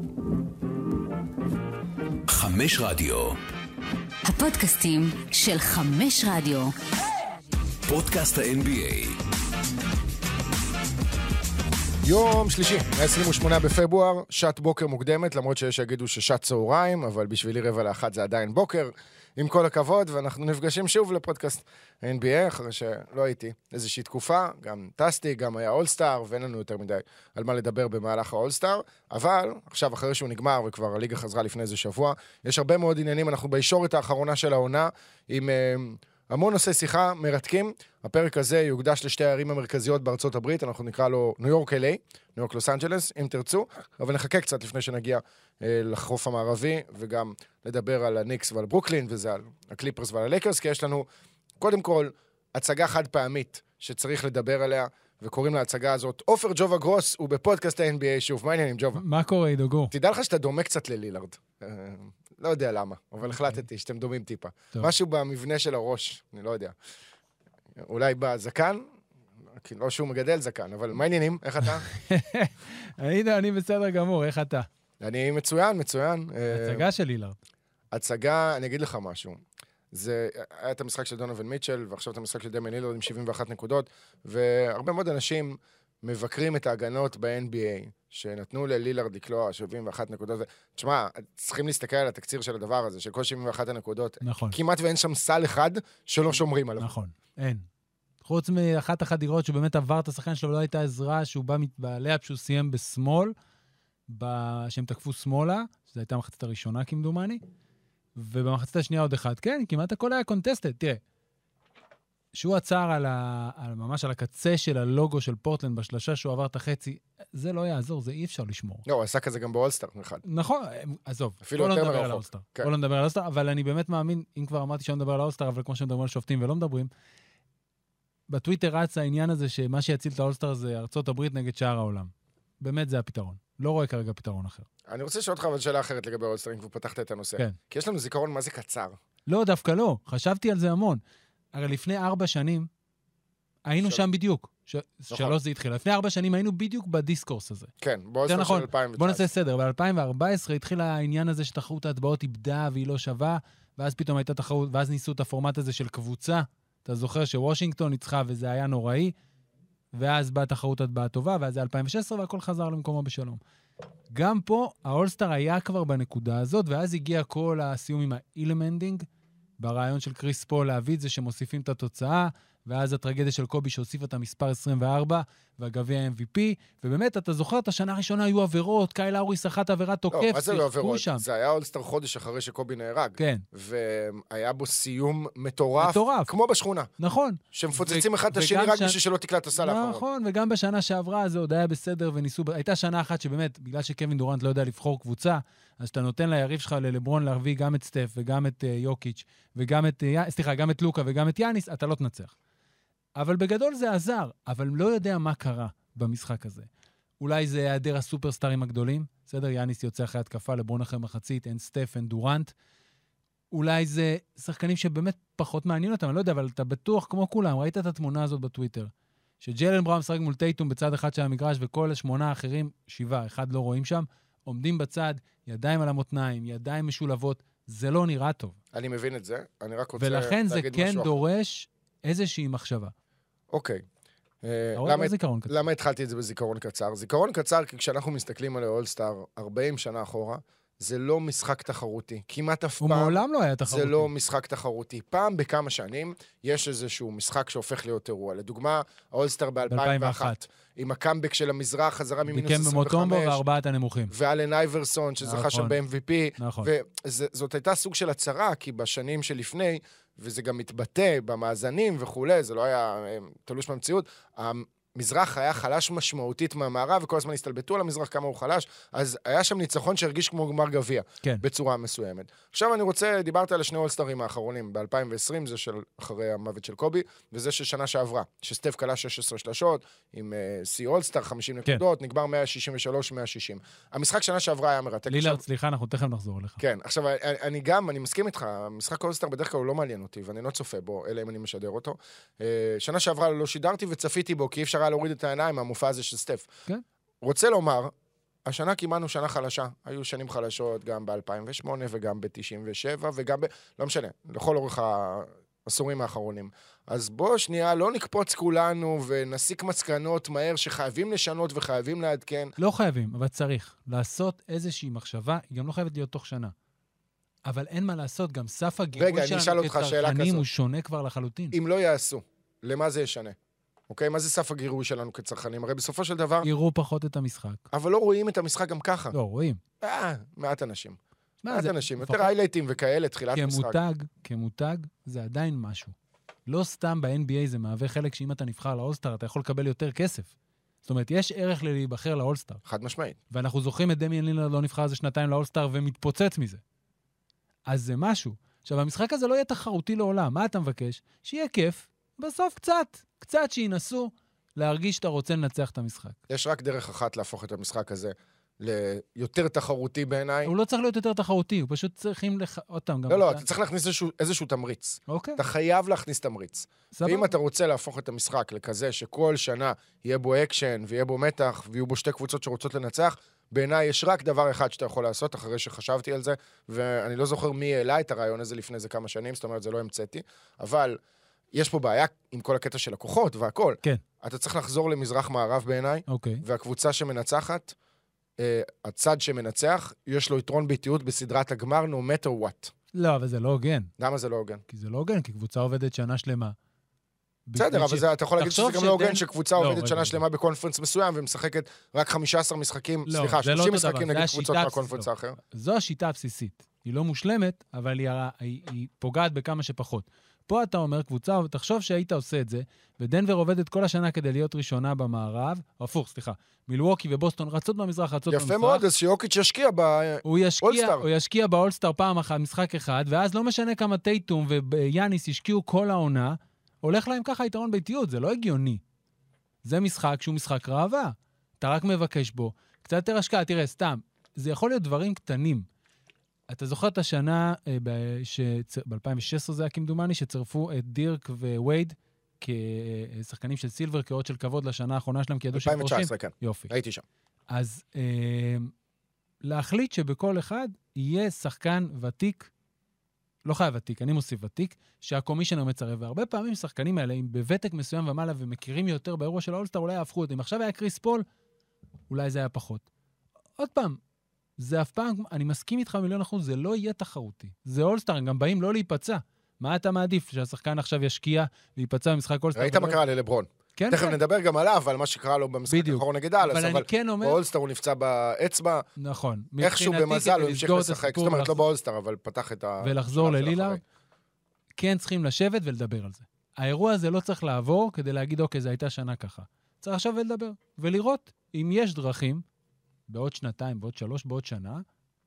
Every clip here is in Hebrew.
חמש רדיו. הפודקאסטים של חמש רדיו. פודקאסט ה-NBA. יום שלישי, 28 בפברואר, שעת בוקר מוקדמת, למרות שיש שיגידו ששעת צהריים, אבל בשבילי 12:45 זה עדיין בוקר, עם כל הכבוד, ואנחנו נפגשים שוב לפודקאסט ה-NBA, אחרי שלא הייתי איזושהי תקופה, גם טסתי, גם היה אולסטאר, ואין לנו יותר מדי על מה לדבר במהלך האולסטאר, אבל עכשיו, אחרי שהוא נגמר, וכבר הליגה חזרה לפני איזה שבוע, יש הרבה מאוד עניינים, אנחנו בישורת האחרונה של העונה, עם המון נושאי שיחה מרתקים. הפרק הזה יוקדש לשתי הערים המרכזיות בארצות הברית, אנחנו נקרא לו ניו יורק LA, ניו יורק לוס אנג'לס, אם תרצו, אבל נחכה קצת לפני שנגיע לחוף המערבי, וגם לדבר על הניקס ועל ברוקלין, וזה על הקליפרס ועל הלייקרס, כי יש לנו קודם כל הצגה חד פעמית שצריך לדבר עליה, וקוראים להצגה הזאת אופר ג'ובה גרוס, הוא בפודקאסט ה-NBA שוב. מה העניין עם ג'ובה? מה קורה, עידו? תדע לך שאתה דומה קצת ללילארד. לא יודע למה, אבל החלטתי שאתם דומים טיפה. משהו במבנה של הראש, אני לא יודע. אולי בזקן, לא שהוא מגדל זקן, אבל מה העניינים? איך אתה? אני בסדר גמור, איך אתה? אני מצוין, מצוין. הצגה של לילארד. הצגה, אני אגיד לך משהו. זה היה את המשחק של דונובל מיטשל, ועכשיו את המשחק של דמיאן לילארד עם 71 נקודות, והרבה מאוד אנשים מבקרים את ההגנות ב-NBA, שנתנו ללילארד לקלוע 71 נקודות. תשמע, צריכים להסתכל על התקציר של הדבר הזה, של כל 71 הנקודות. נכון. כמעט ואין שם סל אחד שלא שומרים עליו. נכון, אין. חוץ מאחת החדירות שהוא באמת עבר את השחקן שלו, ולא הייתה עזרה שהוא בא בעליה, שהוא סיים בשמאל, שהם תקפו שמאלה, שזו הייתה המחצית הראשונה כמדומני, ובמחצית השנייה עוד אחד. כן, כמעט הכל היה קונטסטד. תראה, שהוא עצר ממש על הקצה של הלוגו של פורטלנד בשלושה שהוא עבר את החצי, זה לא יעזור, זה אי אפשר לשמור. לא, הוא עשה כזה גם באולסטאר, אחד. נכון, עזוב. אפילו יותר מרחוק. בוא לא נדבר על האולסטאר, אבל אני באמת מאמין, אם כבר אמרתי שלא נדבר על האולסטאר, אבל כמו שמדברים על שופטים ולא מדברים, בטוויטר רץ העניין הזה שמה שיציל את האולסטאר זה ארצות הברית נגד שאר העולם. באמת זה הפתרון. לא רואה כרגע פתרון אחר. אני רוצה לשאול אותך אבל שאלה אחרת לגבי האולסטאר, אם כבר פתחת את הנושא. כן. כי יש לנו זיכרון מה זה קצר. לא, דווקא לא. חשבתי על זה המון. הרי לפני 4 שנים, היינו שם בדיוק. 3 זה התחיל. לפני 4 שנים היינו בדיוק בדיסקורס הזה. כן, באולסטאר של 2019. בוא נעשה סדר. ב-2014 התחיל העניין הזה שתחרות ההטבעות איבדה והיא לא שווה, ואז פתאום הייתה תחרות, ואז ניסו את הפורמט הזה של קבוצה. אתה זוכר שוושינגטון ניצחה וזה היה נוראי, ואז באה תחרות הטבעה טובה, ואז זה 2016 והכל חזר למקומו בשלום. גם פה האולסטאר היה כבר בנקודה הזאת, ואז הגיע כל הסיום עם האילמנדינג, ברעיון של קריס פול להביא את זה שמוסיפים את התוצאה, ואז הטרגדיה של קובי שהוסיף את המספר 24, והגביע MVP, ובאמת, אתה זוכר, את השנה הראשונה היו עבירות, קייל לאורי סחט עבירה תוקף, לא, מה זה לא עבירות? זה היה אולסטאר חודש אחרי שקובי נהרג. כן. והיה בו סיום מטורף. כמו בשכונה. נכון. שמפוצצים אחד את השני רק בשביל שלא תקלע את הסל האחרון. נכון, וגם בשנה שעברה זה עוד היה בסדר, וניסו, הייתה שנה אחת שבאמת, בגלל שקווין דורנט לא יודע לבחור קבוצה, אז אתה נותן ליריב שלך ללברון להביא גם את סטף וגם את יוקיץ' וגם את, גם את לוקה וגם את יאניס, אתה לא תנצח. אבל בגדול זה עזר, אבל לא יודע מה קרה במשחק הזה. אולי זה היעדר הסופרסטארים הגדולים, בסדר? יאניס יוצא אחרי התקפה, לברון אחרי מחצית, אין סטף, אין דורנט. אולי זה שחקנים שבאמת פחות מעניין אותם, אני לא יודע, אבל אתה בטוח כמו כולם, ראית את התמונה הזאת בטוויטר, שג'יילן בראון משחק מול טייטום בצד אחד של המגרש, וכל 8 האחרים, 7, אחד לא רואים שם, עומדים בצד, ידיים על המותניים, ידיים משולבות, זה לא נראה טוב. אני מבין את זה, אני רק רוצה להגיד משהו. ולכן זה כן דורש איזושהי מחשבה. אוקיי. למה התחלתי את זה בזיכרון קצר? זיכרון קצר, כי כשאנחנו מסתכלים על האולסטאר 40 שנה אחורה, זה לא משחק תחרותי. כמעט אף פעם... הוא מעולם לא היה תחרותי. זה לא משחק תחרותי. פעם בכמה שנים יש איזשהו משחק שהופך להיות אירוע. לדוגמה, האולסטר ב-2001. עם הקאמבק של המזרח, חזרה ממינוס 25. דיקם במוטומבו וארבעת הנמוכים. ואלן אייברסון, שזכה שם ב-MVP. נכון. וזאת הייתה סוג של הצהרה, כי בשנים שלפני, וזה גם מתבטא במאזנים וכו', זה לא היה תלוש מהמציאות, המזרח היה חלש משמעותית מהמערב, וכל הזמן הסתלבטו על המזרח כמה הוא חלש, אז היה שם ניצחון שהרגיש כמו גמר גביע, כן. בצורה מסוימת. עכשיו אני רוצה, דיברת על השני אולסטרים האחרונים, ב-2020, זה של אחרי המוות של קובי, וזה של שנה שעברה, שסטף קלה 16 שלשות, עם סי אולסטר, 50 נקודות, נגמר 163-160. המשחק שנה שעברה היה מרתק. לילארד, סליחה, אנחנו תכף נחזור אליך. כן, עכשיו, אני מסכים איתך, המשחק אולסטר בדרך כלל הוא לא מעניין אותי, ואני לא צופה בו, אלא אם אני משדר אותו. שנה שעברה לא שידרתי וצפיתי בו, כי אי אפשר היה להוריד את העיניים מהמופע הזה של סטף. כן. רוצה לומר, השנה קימנו שנה חלשה. היו שנים חלשות גם ב-2008 וגם ב-97 וגם לא משנה, לכל אורך העשורים האחרונים. אז בוא שנייה, לא נקפוץ כולנו ונסיק מסקנות מהר שחייבים לשנות וחייבים לעדכן. לא חייבים, אבל צריך לעשות איזושהי מחשבה, היא גם לא חייבת להיות תוך שנה. אבל אין מה לעשות, גם סף הגירוי שלנו כצרכנים הוא שונה כבר לחלוטין. אם לא יעשו, למה זה ישנה? אוקיי? מה זה סף הגירוי שלנו כצרכנים? הרי בסופו של דבר... יראו פחות את המשחק. אבל לא רואים את המשחק גם ככה. לא, רואים. מעט אנשים. מעט אנשים. יותר היילייטים וכאלה, תחילת משחק. כמותג זה עדיין משהו. לא סתם ב-NBA זה מהווה חלק שאם אתה נבחר לאולסטאר, אתה יכול לקבל יותר כסף. זאת אומרת, יש ערך להיבחר לאולסטאר. חד משמעית. ואנחנו זוכרים את דמיאן לילארד לא נבחר איזה 2 לאולסטאר ומתפוצץ מזה. אז זה משהו. עכשיו, המשחק הזה לא יהיה תחרותי לעולם. מה אתה מבקש? שיהיה כיף. בסוף קצת שינסו להרגיש שאתה רוצה לנצח את המשחק. יש רק דרך אחת להפוך את המשחק הזה ליותר תחרותי בעיניי. הוא לא צריך להיות יותר תחרותי, הוא פשוט צריכים עוד פעם גם... לא, אתה צריך להכניס איזשהו תמריץ. אוקיי. אתה חייב להכניס תמריץ. ואם אתה רוצה להפוך את המשחק לכזה שכל שנה יהיה בו אקשן ויהיה בו מתח ויהיו בו שתי קבוצות שרוצות לנצח, בעיניי יש רק דבר אחד שאתה יכול לעשות אחרי שחשבתי על זה, ואני לא זוכר מי העלה את הרעיון הזה לפני זה כמה שנים, זאת אומרת, זה לא המצאתי, אבל יש פה בעיה עם כל הקטע של לקוחות והכל. כן. אתה צריך לחזור למזרח מערב בעיניי, אוקיי. והקבוצה שמנצחת, הצד שמנצח, יש לו יתרון ביתיות בסדרת הגמר, no matter what. לא, אבל זה לא הוגן. למה זה לא הוגן? כי זה לא הוגן, כי קבוצה עובדת שנה שלמה. בסדר, אבל אתה יכול להגיד שזה גם לא הוגן שקבוצה עובדת שנה שלמה בקונפרנס מסוים, ומשחקת רק 15 משחקים, סליחה, 30 משחקים נגד קבוצות מהקונפרנס האחר. זו השיטה הבסיסית. היא לא מושלמת, אבל היא פוגעת בכמה שפחות. פה אתה אומר, קבוצה, תחשוב שהיית עושה את זה, ודנבר עובדת כל השנה כדי להיות ראשונה במערב, או הפוך, סליחה, מילווקי ובוסטון רצות במזרח, רצות במזרח. יפה מאוד, אז שיוקיץ' ישקיע באולסטאר. הוא ישקיע באולסטאר פעם אחת, משחק אחד, ואז לא משנה כמה טייטום ויאניס ישקיעו כל העונה, הולך להם ככה יתרון ביתיות, זה לא הגיוני. זה משחק שהוא משחק ראווה. אתה רק מבקש בו. קצת יותר השקעה, תראה, סתם, זה יכול להיות דברים קטנים. אתה זוכר את השנה, ב-2016 זה היה כמדומני, שצרפו את דירק ווייד כשחקנים של סילבר, כאות של כבוד לשנה האחרונה שלהם, כי ידעו שהם פורשים. 2019, כן. יופי. הייתי שם. אז להחליט שבכל אחד יהיה שחקן ותיק, לא חייב ותיק, אני מוסיף ותיק, שהקומישיונר מצרף, והרבה פעמים שחקנים האלה, אם בוותק מסוים ומעלה ומכירים יותר באירוע של האולסטאר, אולי יהפכו אותם. אם עכשיו היה קריס פול, אולי זה היה פחות. עוד פעם, זה אף פעם, אני מסכים איתך 1,000,000%, זה לא יהיה תחרותי. זה אולסטאר, הם גם באים לא להיפצע. מה אתה מעדיף? שהשחקן עכשיו ישקיע להיפצע במשחק אולסטאר? ראית מה קרה ללברון. כן, תכף כן. נדבר גם עליו, על מה שקרה לו במשחק האחרון נגד אלס, אבל באולסטאר הוא נפצע באצבע. נכון. איכשהו במזל הוא המשיך לשחק. זאת אומרת, לא באולסטאר, אבל פתח את ה... ולחזור ללילארד. כן צריכים לשבת ולדבר על זה. האירוע הזה לא צריך לעבור כדי להגיד, אוקיי, זה הייתה שנה ככה. צריך עכשיו ולדבר. ולראות אם יש דרכים, בעוד 2, בעוד 3, בעוד שנה,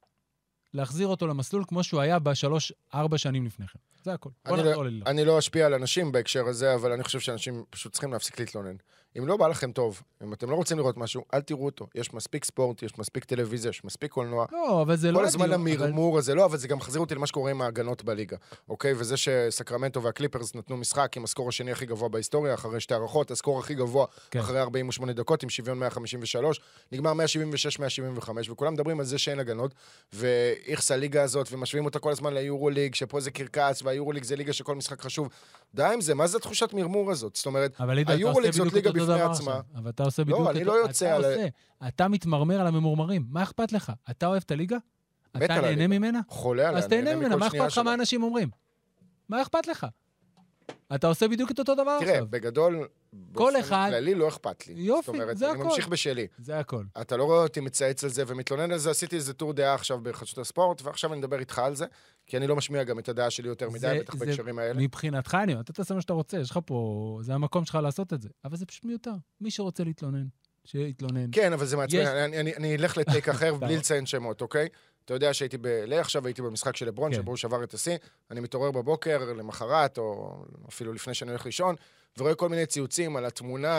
להחזיר אותו למסלול כמו שהוא היה ב3-4 שנים לפני כן. זה הכל. אני לא אשפיע על אנשים בהקשר הזה, אבל אני חושב שאנשים פשוט צריכים להפסיק להתלונן. אם לא בא לכם טוב, אם אתם לא רוצים לראות משהו, אל תראו אותו. יש מספיק ספורט, יש מספיק טלוויזיה, יש מספיק קולנוע. לא, אבל זה לא... כל הזמן המרמור הזה, לא, אבל זה גם מחזיר אותי למה שקורה עם ההגנות בליגה. אוקיי? וזה שסקרמנטו והקליפרס נתנו משחק עם הסקור השני הכי גבוה בהיסטוריה, אחרי 2 הערכות, הסקור הכי גבוה אחרי 48 דקות, עם שוויון 153, נגמר 176-175, וכולם מדברים על זה שאין הגנות, ואיכס הליגה הזאת, ומשווים אותה כל הזמן ליורוליג, שפה זה קרקס, והיורוליג זה ליגה שכל משחק חשוב. די עם זה, מה זה תחושת מרמור הזאת? זאת אומרת, היורוליג זאת ליגה בפני עצמה. אבל אתה עושה בדיוק... לא, אני לא יוצא על... אתה מתמרמר על הממורמרים. מה אכפת לך? אתה אוהב את הליגה? אתה נהנה ממנה? חולה עליה. אז תהנה ממנה, מה אכפת לך מה אנשים אומרים? מה אכפת לך? אתה עושה בדיוק את אותו דבר עכשיו. תראה, בגדול, באופן כללי לא אכפת לי. יופי, זה הכל. אני ממשיך בשלי. זה הכל. אתה לא רואה אותי מצייץ על זה ומתלונן על זה, עשיתי איזה טור דעה עכשיו בחדשות הספורט, ועכשיו אני מדבר איתך על זה, כי אני לא משמיע גם את הדעה שלי יותר מדי, בטח בהקשרים האלה. מבחינתך, אתה תעשה מה שאתה רוצה, יש לך פה, זה המקום שלך לעשות את זה. אבל זה פשוט מיותר. מי שרוצה להתלונן, שיתלונן. כן, אבל זה מעצבן. אני אלך לטייק אחר בלי לציין שמות, אוקיי? אתה יודע שהייתי עכשיו הייתי במשחק של לברון, שבו הוא שבר את השיא, אני מתעורר בבוקר למחרת, או אפילו לפני שאני הולך לישון, ורואה כל מיני ציוצים על התמונה היא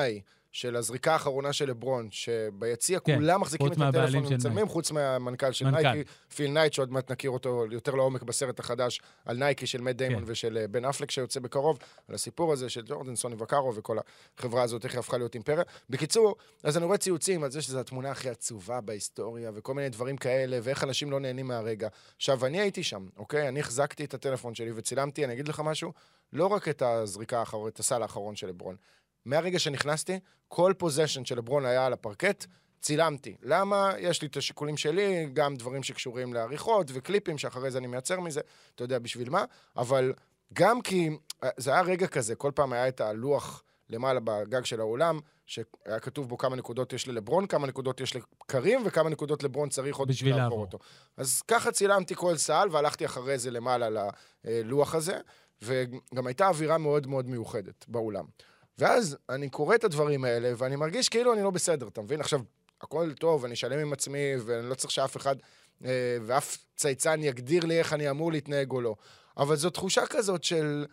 של הזריקה האחרונה של לברון, שביציע כן, כולם מחזיקים את הטלפון של ומצלמים, חוץ מהמנכ"ל של נייקי, פיל נייט, שעוד מעט נכיר אותו יותר לעומק בסרט החדש, על נייקי של מאט דיימון ושל בן אפלק שיוצא בקרוב, על הסיפור הזה של ג'ורדן, סוני וקארו וכל החברה הזאת, איך היא הפכה להיות אימפריה. בקיצור, אז אני רואה ציוצים על זה שזו התמונה הכי עצובה בהיסטוריה, וכל מיני דברים כאלה, ואיך אנשים לא נהנים מהרגע. עכשיו, אני הייתי שם, אוקיי? אני החזקתי את הטלפון שלי וצילמתי, אני אגיד לך משהו, לא רק את הזריקה האחרונה, את הסל האחרון של לברון. מהרגע שנכנסתי, כל פוזיישן של לברון היה על הפרקט, צילמתי. למה? יש לי את השיקולים שלי, גם דברים שקשורים לעריכות וקליפים, שאחרי זה אני מייצר מזה, אתה יודע בשביל מה, אבל גם כי זה היה רגע כזה, כל פעם היה את הלוח למעלה בגג של העולם, שהיה כתוב בו כמה נקודות יש ללברון, כמה נקודות יש לקרים, וכמה נקודות לברון צריך עוד בשביל לעבור אותו. אז ככה צילמתי כל סל, והלכתי אחרי זה למעלה ללוח הזה, וגם הייתה אווירה מאוד מאוד מיוחדת באולם. ואז אני קורא את הדברים האלה, ואני מרגיש כאילו אני לא בסדר, אתה מבין? עכשיו, הכל טוב, אני שלם עם עצמי, ואני לא צריך שאף אחד, ואף צייצן יגדיר לי איך אני אמור להתנהג או לא. אבל זו תחושה כזאת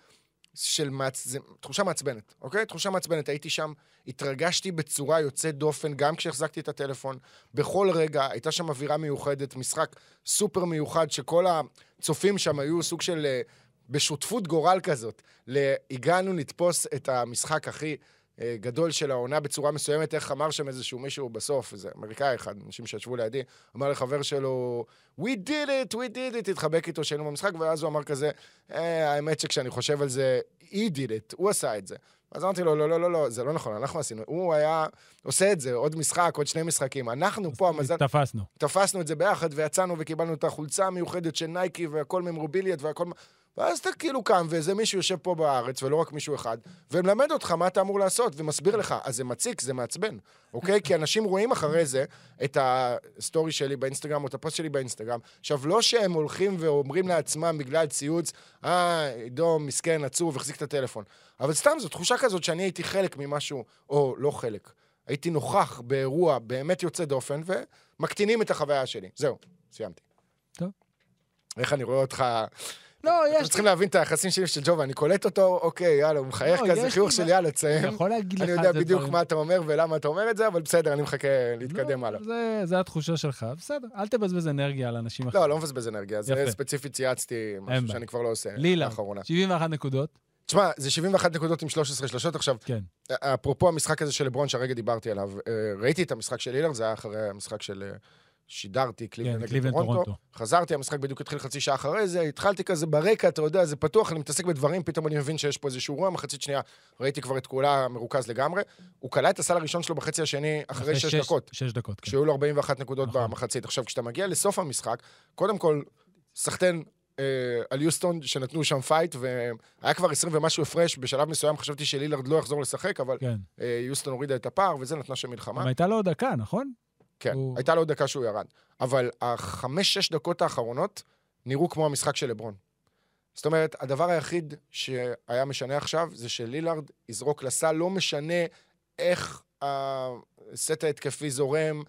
תחושה מעצבנת, אוקיי? תחושה מעצבנת, הייתי שם, התרגשתי בצורה יוצאת דופן, גם כשהחזקתי את הטלפון, בכל רגע, הייתה שם אווירה מיוחדת, משחק סופר מיוחד, שכל הצופים שם היו סוג של, בשותפות גורל כזאת, הגענו לתפוס את המשחק הכי גדול של העונה בצורה מסוימת, איך אמר שם איזשהו מישהו בסוף, איזה אמריקאי אחד, אנשים שישבו לידי, אמר לחבר שלו, we did it, התחבק איתו שהיינו במשחק, ואז הוא אמר כזה, האמת שכשאני חושב על זה, he did it, הוא עשה את זה. אז אמרתי לו, לא, זה לא נכון, אנחנו עשינו, הוא היה עושה את זה, עוד משחק, עוד 2 משחקים, אנחנו פה, תפסנו את זה ביחד, ויצאנו וקיבלנו את החולצה המיוחדת של נייקי, והכל ממורביליות, והכל... ואז אתה כאילו קם, ואיזה מישהו יושב פה בארץ, ולא רק מישהו אחד, ומלמד אותך מה אתה אמור לעשות, ומסביר לך, אז זה מציק, זה מעצבן, אוקיי? כי אנשים רואים אחרי זה את הסטורי שלי באינסטגרם, או את הפוסט שלי באינסטגרם, עכשיו, לא שהם הולכים ואומרים לעצמם בגלל ציוץ, עידו, מסכן, עצוב, והחזיק את הטלפון. אבל סתם, זו תחושה כזאת שאני הייתי חלק ממשהו, או לא חלק. הייתי נוכח באירוע באמת יוצא דופן, ומקטינים את החוויה שלי. זהו, סיימתי. טוב. איך אני רואה אותך... לא, יש... אתם צריכים להבין את היחסים שלי של ג'ובה, אני קולט אותו, אוקיי, יאללה, הוא מחייך כזה, חיוך של יאללה, תסיים. אני יכול להגיד לך אני יודע בדיוק מה אתה אומר ולמה אתה אומר את זה, אבל בסדר, אני מחכה להתקדם הלאה. זה התחושה שלך, בסדר, אל תבזבז אנרגיה על אנשים אחרים. לא מבזבז אנרגיה, זה ספציפית צייצתי משהו שאני כבר לא עושה. לילה, 71 נקודות. תשמע, זה 71 נקודות עם 13 שלשות עכשיו. כן. אפרופו המשחק הזה של לברון שהרגע דיברתי עליו, ראיתי את המשחק של לילארד, זה היה אחרי המשחק של שידרתי, קליבלנד טורונטו. חזרתי, המשחק בדיוק התחיל חצי שעה אחרי זה, התחלתי כזה ברקע, אתה יודע, זה פתוח, אני מתעסק בדברים, פתאום אני מבין שיש פה איזשהו רוע, מחצית שנייה, ראיתי כבר את כולה מרוכז לגמרי, הוא קלע את הסל הראשון שלו בחצי השני אחרי 6 דקות. 6 דקות, כן. כשהיו לו 41 נקודות במחצית. עכשיו, כשאתה מגיע לסוף המשחק, קודם כל, סחטן על יוסטון שנתנו שם פייט, והיה כבר 20 ומשהו הפרש, בשלב מסוים חשבתי שלילארד לא יחזור לשחק, אבל יוסטון הורידה את הפער, וזה נתנה שם מלחמה. הייתה לו עוד דקה, נכון? כן, הייתה לו עוד דקה שהוא ירד. אבל 5-6 דקות האחרונות נראו כמו המשחק של לברון. זאת אומרת, הדבר היחיד שהיה משנה עכשיו, זה שלילארד יזרוק לסל, לא משנה איך הסט ההתקפי זורם,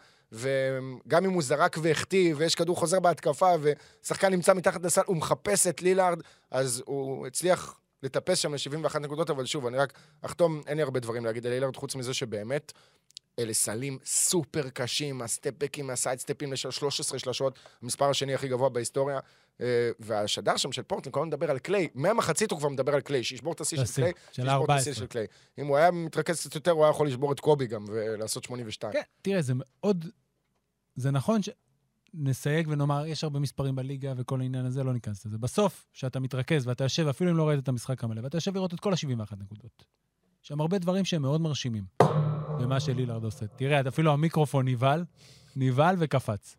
וגם אם הוא זרק והחטיא, ויש כדור חוזר בהתקפה, ושחקן נמצא מתחת לסל, הוא מחפש את לילארד, אז הוא הצליח לטפס שם ל-71 נקודות, אבל שוב, אני רק אחתום, אין לי הרבה דברים להגיד על לילארד, חוץ מזה שבאמת, אלה סלים סופר קשים, הסטפ-בקים, הסייד-סטפים ל-13 שלשות, המספר השני הכי גבוה בהיסטוריה, והשדר שם של פורטלנד, כל הזמן מדבר על קליי, מהמחצית הוא כבר מדבר על קליי, שישבור את השיא של קליי, שישבור את השיא של קליי. אם הוא היה מתרכז קצת יותר, הוא היה יכול לשבור את קובי גם, ולעשות 82. כן, תראה, זה מאוד... זה נכון שנסייג ונאמר, יש הרבה מספרים בליגה, וכל העניין הזה לא ניכנס לזה. בסוף, שאתה מתרכז, ואתה יושב, אפילו אם לא ראית את המשחק המלא, ואתה יושב לראות את כל ה-71 נקודות. שם הרבה דברים שהם מאוד מרשימים. ומה שלילארד עושה. תראה, אפילו המיקרופון ניבל וקפץ.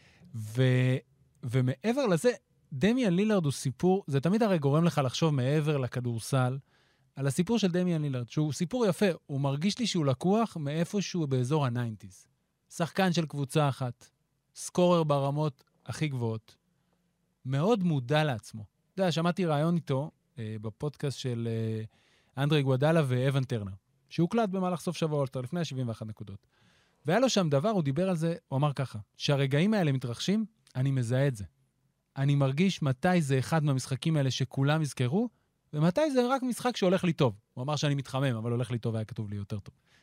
ומעבר לזה, דמיאן לילארד הוא סיפור, זה תמיד הרי גורם לך לחשוב מעבר לכדורסל, על הסיפור של דמיאן לילארד, שהוא סיפור יפה, הוא מרגיש לי שהוא לקוח מאיפשהו באזור ה-90s. שחקן של קבוצה אחת, סקורר ברמות הכי גבוהות, מאוד מודע לעצמו. אתה יודע, שמעתי רעיון איתו, בפודקאסט של אנדרי גואדלה ואבן טרנר. שהוקלט במהלך סוף שבוע אולטר, לפני 71 נקודות. והיה לו שם דבר, הוא דיבר על זה, הוא אמר ככה, שהרגעים האלה מתרחשים, אני מזהה את זה. אני מרגיש מתי זה אחד מהמשחקים האלה שכולם יזכרו, ומתי זה רק משחק שהולך לי טוב. הוא אמר שאני מתחמם, אבל הולך לי טוב, היה כתוב לי יותר טוב.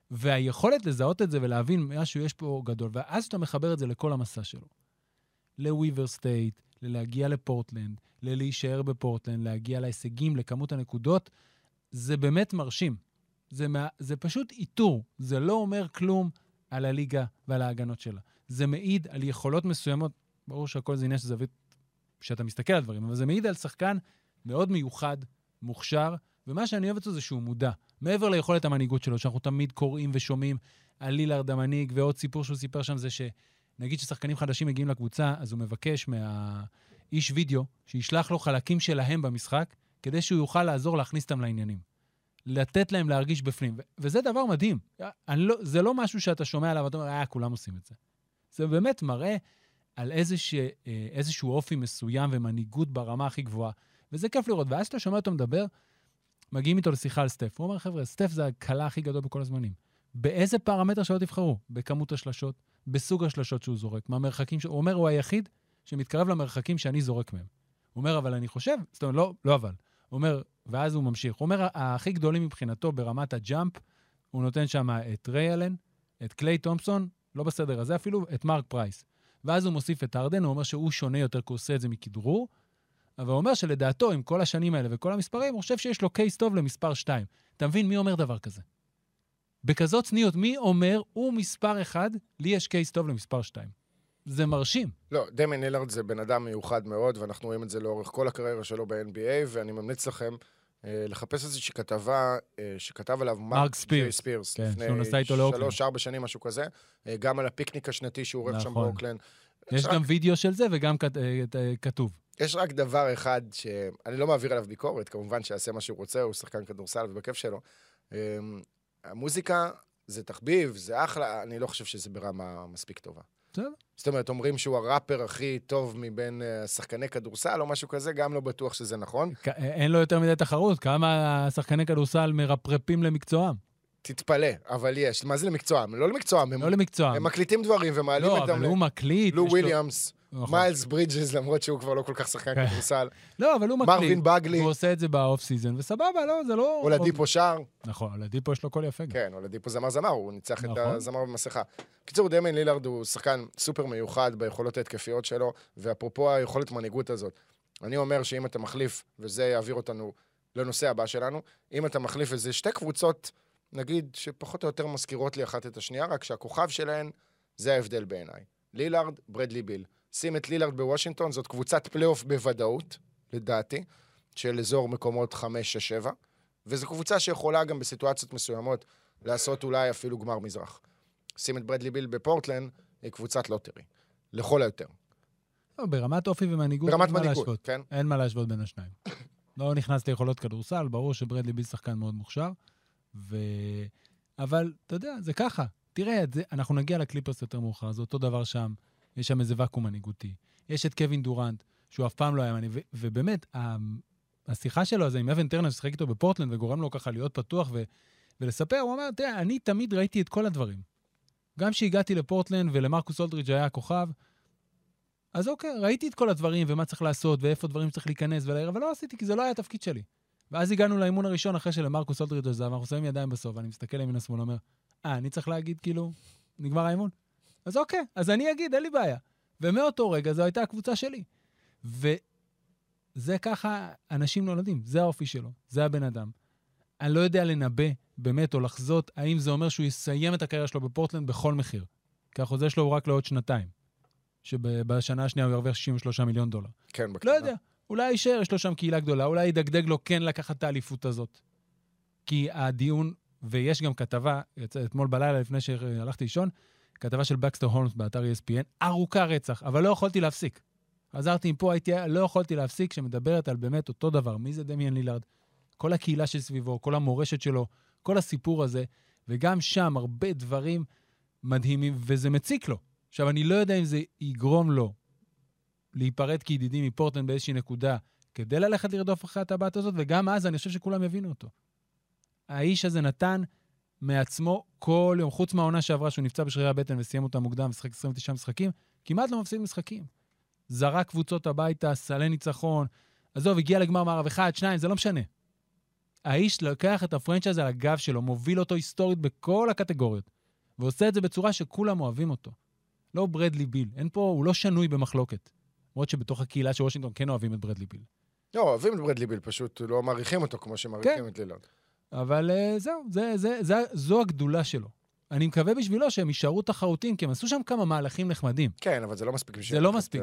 והיכולת לזהות את זה ולהבין משהו יש פה גדול, ואז אתה מחבר את זה לכל המסע שלו. לוויבר סטייט, להגיע לפורטלנד, להישאר בפורטלנד, להגיע להישגים, לכמות הנקודות, זה באמת מרשים. זה פשוט איתור. זה לא אומר כלום על הליגה ועל ההגנות שלה. זה מעיד על יכולות מסוימות, ברור שהכל זה עניין שזווית שאתה מסתכל על דברים, אבל זה מעיד על שחקן מאוד מיוחד, מוכשר, ומה שאני אוהב אצלו זה שהוא מודע. מעבר ליכולת המנהיגות שלו, שאנחנו תמיד קוראים ושומעים על לילארד המנהיג, ועוד סיפור שהוא סיפר שם זה שנגיד ששחקנים חדשים מגיעים לקבוצה, אז הוא מבקש מהאיש וידאו שישלח לו חלקים שלהם במשחק, כדי שהוא יוכל לעזור להכניס אותם לעניינים. לתת להם להרגיש בפנים. וזה דבר מדהים. זה לא משהו שאתה שומע עליו, ואתה אומר, כולם עושים את זה. זה באמת מראה על איזשהו אופי מסוים ומנהיגות ברמה הכי גבוהה. וזה כיף לראות. ואז שאתה שומע אותו מדבר, מגיעים איתו לשיחה על סטף. הוא אומר, חבר'ה, סטף זה הקלה הכי גדול בכל הזמנים. באיזה פרמטר שלא תבחרו? בכמות השלשות, בסוג השלשות שהוא זורק, מהמרחקים הוא אומר, הוא היחיד שמתקרב למרחקים שאני זורק מהם. הוא אומר, אבל אני חושב, זאת אומרת, לא אבל. הוא אומר, ואז הוא ממשיך. הוא אומר, הכי גדולים מבחינתו ברמת הג'אמפ, הוא נותן שם את ריי אלן, את קליי תומפסון, לא בסדר הזה אפילו, את מרק פרייס. ואז הוא מוסיף את ארדן, הוא אומר שהוא שונה יותר, כי הוא עושה את זה מכדרור, אבל הוא אומר שלדעתו, עם כל השנים האלה וכל המספרים, הוא חושב שיש לו קייס טוב למספר 2. אתה מבין, מי אומר דבר כזה? בכזאת צניעות, מי אומר, הוא מספר 1, לי יש קייס טוב למספר 2. זה מרשים. לא, דמיין לילארד זה בן אדם מיוחד מאוד, ואנחנו רואים את זה לאורך כל הקריירה שלו ב-NBA, ואני ממליץ לכם לחפש איזושהי כתבה שכתב עליו מרק ספירס, לפני 3-4 שנים, משהו כזה, גם על הפיקניק השנתי שהוא עורך שם באוקלנד. יש גם וידאו של זה וגם כתוב. יש רק דבר אחד שאני לא מעביר עליו ביקורת, כמובן שיעשה מה שהוא רוצה, הוא שחקן כדורסל ובכיף שלו. המוזיקה זה תחביב, זה אחלה, אני לא חושב שזה ברמה מספיק טובה. זאת אומרת, אומרים שהוא הראפר הכי טוב מבין שחקני כדורסל או משהו כזה, גם לא בטוח שזה נכון. אין לו יותר מדי תחרות, כמה שחקני כדורסל מרפרפים למקצועם. תתפלא, אבל יש. מה זה למקצועם? לא למקצועם. לא למקצועם. הם מקליטים דברים ומעלים לא, אבל הוא מקליט. לו וויליאמס, מיילס ברידג'ס, למרות שהוא כבר לא כל כך שחקן כדורסל. לא, אבל הוא מקליט. מרווין בגלי. הוא עושה את זה באוף סיזן, וסבבה, לא, זה לא... אולדיפו שר. נכון, אולדיפו יש לו קול יפה. כן, אולדיפו זמר, הוא ניצח את הזמר במסכה. קיצור, דמיין לילארד הוא שחקן סופר מיוחד ביכולות ההתקפיות שלו, ואפרופו היכולת מנהיגות הזאת. אני אומר שאם אתה מחליף, וזה יעביר אותנו לנושא הבא שלנו, אם אתה מחליף איזה שתי קבוצות, נגיד שפחות או יותר מזכירות לי אחת את השנייה, רק שהכוכב שלהן זה ההבדל בעיניי. לילארד, ברדלי ביל. שים את לילארד בוושינגטון, זאת קבוצת פלייאוף בוודאות, לדעתי, של אזור מקומות 5-6-7, וזו קבוצה שיכולה גם בסיטואציות מסוימות לעשות אולי אפילו גמר מזרח. שים את ברדלי ביל בפורטלנד, היא קבוצת לוטרי, לכל היותר. ברמת אופי ומנהיגות, ברמת מנהיגות, כן? אין מה להשוות בין השניים. לא נכנס ליכולות כדורסל, ברור שברדלי ביל שחקן מאוד מוכשר, אבל אתה יודע, זה ככה. תראה, אנחנו נגיע לקליפרס יותר מאוחר, זה אותו דבר שם, יש שם איזה וקום מנהיגותי. יש את קווין דורנט, שהוא אף פעם לא היה מנהיג, ובאמת, השיחה שלו הזה עם אבן טרנר, ששחק איתו בפורטלנד, וגורם לו ככה להיות פתוח ולספר, הוא אומר, תראה, אני תמיד ראיתי את כל הדברים. גם שהגעתי לפורטלנד ולמרקוס אולדריץ' היה הכוכב, אז אוקיי, ראיתי את כל הדברים, ומה צריך לעשות, ואיפה דברים צריך להיכנס, אבל לא עשיתי, כי זה לא היה התפקיד שלי. ואז הגענו לאימון הראשון אחרי שלמרקוס אולדריץ' עזב, ואנחנו שמים ידיים בסוף, ואני מסתכל ימין השמאל, אומר, אני צריך להגיד, כאילו, נגמר האימון? אז אוקיי, אז אני אגיד, אין לי בעיה. ומאותו רגע זו הייתה הקבוצה שלי. וזה ככה, אנשים נולדים, זה האופי שלו, זה הבן אדם. אני לא יודע לנבא באמת או לחזות, האם זה אומר שהוא יסיים את הקריירה שלו בפורטלנד בכל מחיר. כי החוזה שלו הוא רק לעוד שנתיים. שבשנה השנייה הוא ירוויח $63 מיליון. כן, בקטנה. לא יודע, אולי יישאר, יש לו שם קהילה גדולה, אולי ידגדג לו כן לקחת את האליפות הזאת. כי הדיון, ויש גם כתבה, אתמול בלילה לפני שהלכתי לישון, כתבה של בקסטר הולמס באתר ESPN, ארוכה רצח, אבל לא יכולתי להפסיק. עזרתי עם פה, לא יכולתי להפסיק, שמדברת על באמת אותו דבר. מי זה דמיין לילארד? כל הקהילה שסביבו, כל המורשת שלו, כל הסיפור הזה, וגם שם הרבה דברים מדהימים, וזה מציק לו. עכשיו, אני לא יודע אם זה יגרום לו להיפרד כידידים מפורטלנד באיזושהי נקודה, כדי ללכת לרדוף אחרי הטבעת הזאת, וגם אז אני חושב שכולם יבינו אותו. האיש הזה נתן מעצמו כל יום, חוץ מהעונה שעברה שהוא נפצע בשרירי הבטן וסיים אותה מוקדם, ושחק 29 משחקים, כמעט לא מפסיד משחקים. זרק קבוצות הביתה, סלי ניצחון, עזוב, הגיע לגמר מערב 1, 2, זה לא משנה. האיש לוקח את הפרנצ'ייז על הגב שלו, מוביל אותו היסטורית בכל הקטגוריות, ועושה את זה בצורה שכולם אוהבים אותו. לא ברדלי ביל. אין פה, הוא לא שנוי במחלוקת. למרות שבתוך הקהילה של וושינגטון כן אוהבים את ברדלי ביל. לא, אוהבים את ברדלי ביל, פשוט לא מעריכים אותו כמו שמעריכים את לילארד. אבל זו הגדולה שלו. אני מקווה בשבילו שהם יישארו תחרותיים, כי הם עשו שם כמה מהלכים נחמדים. כן, אבל זה לא מספיק. זה לא מספיק.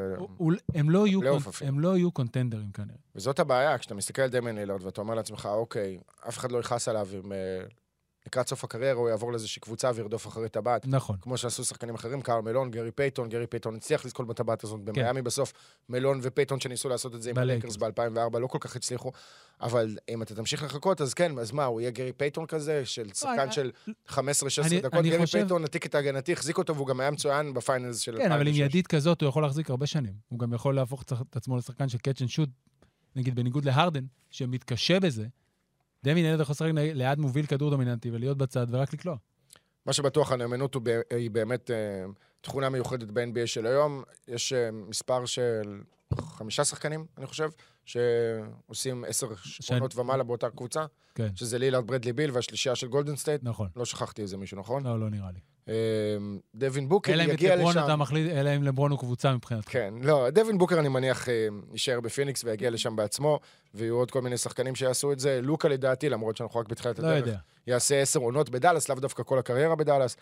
הם לא יהיו קונטנדרים כנראה. וזאת הבעיה, כשאתה מסתכל על דמיאן לילארד, ואתה אומר לעצמך, אוקיי, אף אחד לא יכעס עליו, לקראת סוף הקריירה הוא יעבור לאיזושהי קבוצה וירדוף אחרי טבעת. נכון. כמו שעשו שחקנים אחרים, קארל מלון, גרי פייטון הצליח לזכות בטבעת הזאת במיימי בסוף. מלון ופייטון שניסו לעשות את זה עם הלייקרס ב-2004, לא כל כך הצליחו. אבל אם אתה תמשיך לחכות, אז כן, אז מה, הוא יהיה גרי פייטון כזה, של שחקן של 15-16 דקות, גרי פייטון נתיק את ההגנתי, החזיק אותו, והוא גם היה מצוין בפיינלס של 2006. כן, אבל עם ידית כזאת הוא יכול להחזיק הרבה שנים. הוא גם יכול להפוך את עצמו לשחקן של קאץ' אנד שוט, נגיד בניגוד להרדן, שמתקשה בזה. דמיאן לילארד יכול לשחק ליד מוביל כדור דומיננטי ולהיות בצד ורק לקלוע. מה שבטוח הנאמנות היא באמת תכונה מיוחדת ב-NBA של היום. יש מספר של 5 שחקנים, אני חושב, שעושים 10 שכונות ומעלה באותה קבוצה, כן. שזה לילארד, ברדלי ביל והשלישייה של גולדן סטייט. נכון. לא שכחתי איזה מישהו, נכון? לא, לא נראה לי. דווין בוקר יגיע לשם. אלא אם לברון הוא קבוצה מבחינתך. כן, לא, דווין בוקר אני מניח יישאר בפיניקס ויגיע לשם בעצמו, ויהיו עוד כל מיני שחקנים שיעשו את זה. לוקה לדעתי, למרות שאנחנו רק בתחילת הדרך, יעשה 10 עונות בדלס, לאו דווקא כל הקריירה בדלס.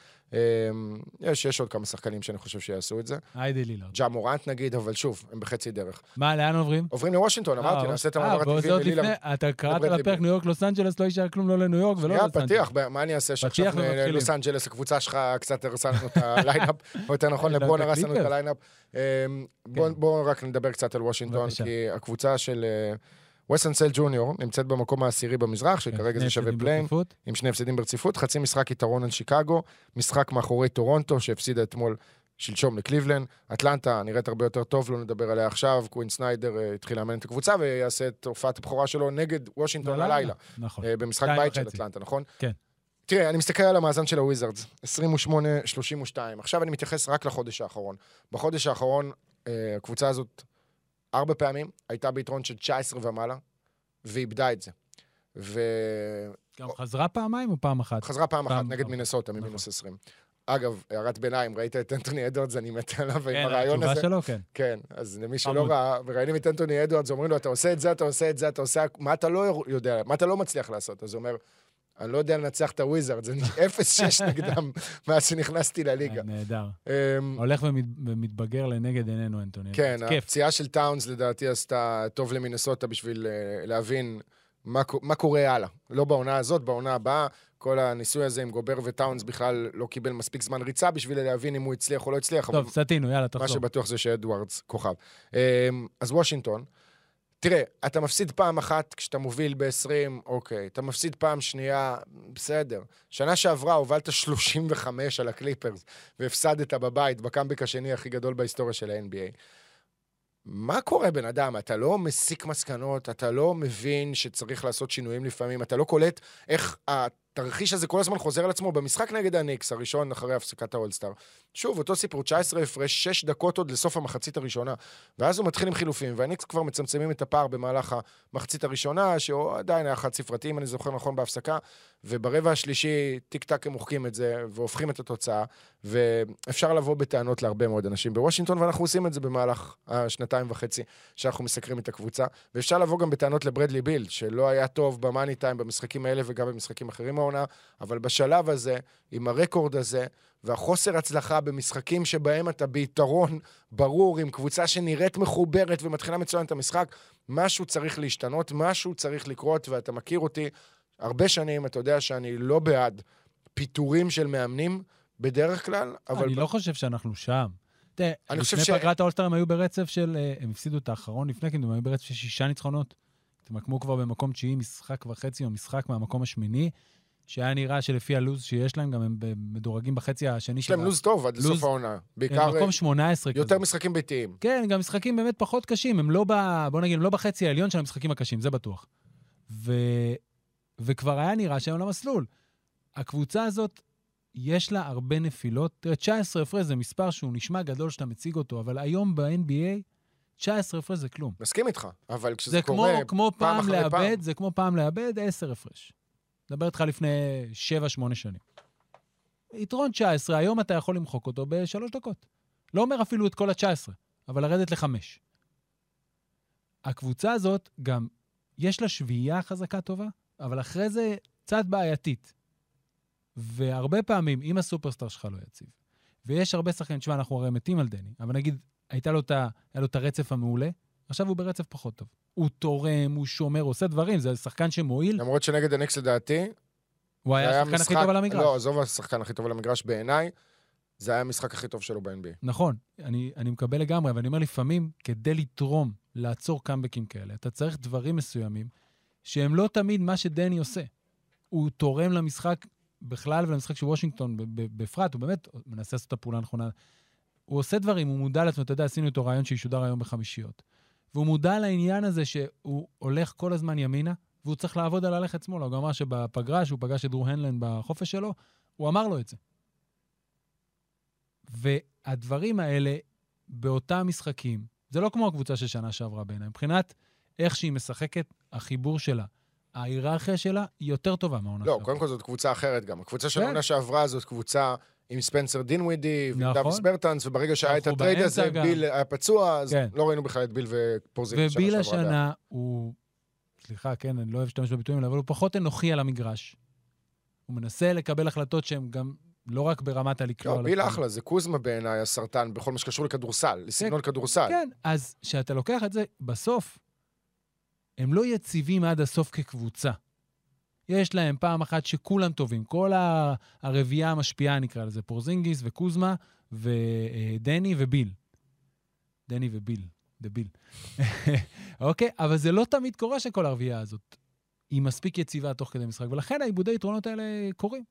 יש עוד כמה שחקנים שאני חושב שיעשו את זה. היידי לילארד. ג'ה מורנט נגיד, אבל שוב, הם בחצי דרך. מה, לאן עוברים? עוברים לוושינגטון, אמרתי, נעשה את המעבר הטבעי ללילארד. אתה קראת לפרק ניו יורק, לוס אנג'לס, לא יישאר כלום לא לניו יורק ולא לוס אנג'לס. פתיח, מה אני אעשה שעכשיו לוס אנג'לס, הקבוצה שלך קצת הרסנו את הליינאפ, או יותר נכון, לברון הרסנו את הליינאפ. בואו רק נדבר קצת על וושינגטון, כי הקבוצה של ווסטון סל ג'וניור נמצאת במקום העשירי במזרח, שכרגע זה שווה פליין, עם 2 הפסדים ברציפות, חצי משחק יתרון על שיקגו, משחק מאחורי טורונטו, שהפסידה אתמול שלשום לקליבלנד, אטלנטה נראית הרבה יותר טוב, לא נדבר עליה עכשיו, קווין סניידר התחיל לאמן את הקבוצה, ויעשה את הופעת הבכורה שלו נגד וושינגטון הלילה, במשחק בית של אטלנטה, נכון? כן. תראה, אני מסתכל על המאזן של הוויזרדס, 28-32. עכשיו אני מתייחס רק לחודש האחרון. בחודש האחרון, הקבוצה הזאת 4 פעמים הייתה ביתרון של 19 ומעלה, ואיבדה את זה. גם חזרה פעמיים או פעם אחת? חזרה פעם אחת נגד מינסוטה, ממינוס 20. אגב, הערת ביניים, ראית את אנטוני אדוארדס, אני מת עליו עם הרעיון הזה. התשובה שלו, כן. כן, אז למי שלא ראה, וראינים את אנטוני אדוארדס, אומרים לו, אתה עושה את זה, אתה עושה את זה, אתה עושה, מה אתה לא יודע, מה אתה לא מצליח לעשות? אז הוא אומר, אני לא יודע לנצח את הוויזארד, זה 0-6 נגדם מאז שנכנסתי לליגה. נהדר. הולך ומתבגר לנגד עינינו, אנטוני. כן, הפציעה של טאונס לדעתי עשתה טוב למינסוטה בשביל להבין מה קורה הלאה. לא בעונה הזאת, בעונה הבאה, כל הניסוי הזה עם גובר וטאונס בכלל לא קיבל מספיק זמן ריצה בשביל להבין אם הוא הצליח או לא הצליח. טוב, סתינו, יאללה, תחזור. מה שבטוח זה שאדוארדס כוכב. אז וושינגטון, תראה, אתה מפסיד פעם אחת כשאתה מוביל ב-20, אוקיי. אתה מפסיד פעם שנייה, בסדר. שנה שעברה הובלת 35 על הקליפרס, והפסדת בבית, בקאמבק השני הכי גדול בהיסטוריה של ה-NBA. מה קורה, בן אדם? אתה לא מסיק מסקנות, אתה לא מבין שצריך לעשות שינויים לפעמים, אתה לא קולט איך התרחיש הזה כל הזמן חוזר על עצמו במשחק נגד הניקס, הראשון אחרי הפסקת האולסטאר. שוב, אותו סיפור, 19 הפרש, 6 דקות עוד לסוף המחצית הראשונה, ואז הוא מתחיל עם חילופים, והניקס כבר מצמצמים את הפער במהלך המחצית הראשונה, שהוא עדיין היה חד ספרתי, אם אני זוכר נכון בהפסקה, וברבע השלישי, טיק טק הם מוחקים את זה, והופכים את התוצאה, ואפשר לבוא בטענות להרבה מאוד אנשים בוושינגטון, ואנחנו עושים את זה במהלך 2.5 שאנחנו מסקרים את הקבוצה, ואפשר לבוא גם בטענות לברדלי ביל, שלא היה טוב במאני טיים במשחקים האלה וגם במשחקים אחרים העונה, אבל בשלב הזה, עם הרקורד הזה, והחוסר הצלחה במשחקים שבהם אתה ביתרון ברור, עם קבוצה שנראית מחוברת ומתחילה מצוין את המשחק, משהו צריך להשתנות, משהו צריך לקרות, ואתה מכיר אותי הרבה שנים, אתה יודע שאני לא בעד פיטורים של מאמנים בדרך כלל, אבל... אני לא חושב שאנחנו שם. תראה, לפני פגרת האולסטר הם היו ברצף של... הם הפסידו את האחרון לפני, כי הם היו ברצף של 6 ניצחונות. הם עקמו כבר במקום 9, משחק וחצי או משחק מהמקום השמיני, שהיה נראה שלפי הלוז שיש להם, גם הם מדורגים בחצי השני יש להם לוז טוב עד לסוף העונה. בעיקר מקום 18 כזה. יותר משחקים ביתיים. כן, גם משחקים באמת פחות קשים. הם לא בוא נגיד, הם לא בחצי העליון של המשחקים הקשים, זה בטוח. וכבר היה נראה שהם למסלול. הקבוצה הזאת, יש לה הרבה נפילות. תראה, 19 הפרש זה מספר שהוא נשמע גדול שאתה מציג אותו, אבל היום ב-NBA, 19 הפרש זה כלום. מסכים איתך, אבל כשזה זה קורה כמו פעם אחרי לאבד, פעם... זה כמו פעם לאבד 10 הפרש. מדבר איתך לפני 7-8 שנים. יתרון 19, היום אתה יכול למחוק אותו ב3 דקות. לא אומר אפילו את כל ה-19, אבל לרדת ל5. הקבוצה הזאת גם, יש לה שביעייה חזקה טובה, אבל אחרי זה קצת בעייתית. והרבה פעמים, אם הסופרסטאר שלך לא יציב, ויש הרבה שחקנים, תשמע, אנחנו הרי מתים על דני, אבל נגיד, היה לו את הרצף המעולה, עכשיו הוא ברצף פחות טוב. הוא תורם, הוא שומר, הוא עושה דברים, זה שחקן שמועיל. למרות שנגד הניקס לדעתי, הוא היה השחקן הכי טוב על המגרש. לא, עזוב השחקן הכי טוב על המגרש בעיניי, זה היה המשחק הכי טוב שלו ב-NBA. נכון, אני מקבל לגמרי, אבל אני אומר לפעמים, כדי לתרום, לעצור קאמבקים כאלה, אתה צריך דברים מסוימים, שהם לא תמיד מה שדני עושה. הוא תורם למשחק בכלל ולמשחק של וושינגטון בפרט, הוא באמת מנסה לעשות את הפעולה הנכונה. הוא עושה דברים, הוא מודע לעצמו, אתה יודע, עשינו איתו רעיון שישודר היום בחמישיות. והוא מודע לעניין הזה שהוא הולך כל הזמן ימינה, והוא צריך לעבוד על הלכת שמאלה. הוא גם אמר שבפגרה, שהוא פגש את דרו הנלן בחופש שלו, הוא אמר לו את זה. והדברים האלה, באותם משחקים, זה לא כמו הקבוצה של שנה שעברה בעיניי. מבחינת איך שהיא משחקת, החיבור שלה, ההיררכיה שלה היא יותר טובה מהעונה שעברה. לא, קודם כל זאת קבוצה אחרת גם. הקבוצה של העונה שעברה זאת קבוצה עם ספנסר דינווידי, ודאביס ברטנס, וברגע שהיה את הטרייד הזה, ביל היה פצוע, אז לא ראינו בכלל את ביל ופורזינגיס. וביל השנה הוא, סליחה, כן, אני לא אוהב שתמש בביטויים, אבל הוא פחות אנוכי על המגרש. הוא מנסה לקבל החלטות שהן גם לא רק ברמת הלקלוע. לא, ביל אחלה, זה קוזמה בעיניי, הסרטן, בכל מה שקשור לכדורסל, לסגנון כדורסל. כן, אז שאתה לוקח את זה, בסוף, הם לא יציבים עד הסוף כקבוצה. יש להם פעם אחת שכולם טובים, כל הרביעייה המשפיעה נקרא לזה, פורזינגיס וקוזמה ודני וביל. דני וביל, דביל. אוקיי, אבל זה לא תמיד קורה שכל הרביעייה הזאת היא מספיק יציבה תוך כדי משחק, ולכן העיבודי יתרונות האלה קורים.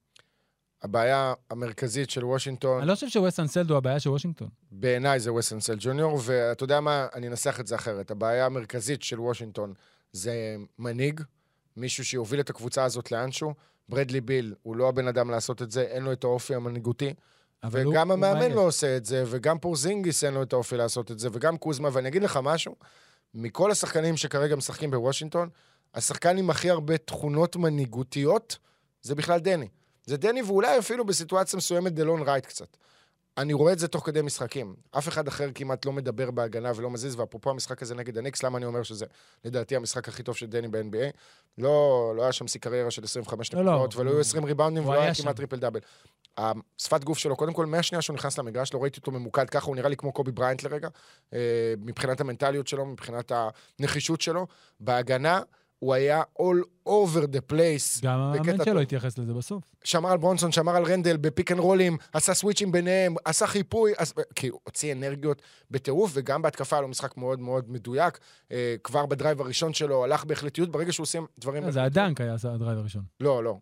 הבעיה המרכזית של וושינגטון... אני לא חושב שווסט אנסלד הוא הבעיה של וושינגטון. בעיניי זה ווסט אנסלד ג'וניור, ואתה יודע מה, אני אנסח את זה אחרת. הבעיה המרכזית של וושינגטון זה מנהיג, מישהו שיוביל את הקבוצה הזאת לאנשהו. ברדלי ביל, הוא לא הבן אדם לעשות את זה, אין לו את האופי המנהיגותי, וגם המאמן לא עושה את זה, וגם פורזינגיס אין לו את האופי לעשות את זה, וגם קוזמה, ואני אגיד לך משהו, מכל השחקנים שכרגע משחקים בוושינגטון, השחקן עם הכי הרבה תכונות מנהיגותיות, זה בכלל דני. זה דני, ואולי אפילו בסיטואציה מסוימת דלון רייט קצת. אני רואה את זה תוך כדי משחקים. אף אחד אחר כמעט לא מדבר בהגנה ולא מזיז, ואפרופו המשחק הזה נגד הניקס, למה אני אומר שזה, לדעתי, המשחק הכי טוב של דני ב-NBA? לא היה שם קריירה של 25 נקודות, ולא היו 20 ריבאונדים, ולא היה כמעט טריפל דאבל. השפת גוף שלו, קודם כל, מהשנייה שהוא נכנס למגרש, לא ראיתי אותו ממוקד ככה, הוא נראה לי כמו קובי בריינט לרגע, מבחינת המנטליות שלו, מבחינת הנחישות שלו. בהגנה, הוא היה all over the place. גם המאמן שלו התייחס לזה בסוף. שמר על ברונסון, שמר על רנדל, בפיק אנד רולים, עשה סוויצ'ים ביניהם, עשה חיפוי, כי הוא הוציא אנרגיות בטירוף, וגם בהתקפה היה לו משחק מאוד מאוד מדויק. כבר בדרייב הראשון שלו הלך בהחלטיות, ברגע שהוא עושים דברים... זה הדנק היה הדרייב הראשון. לא.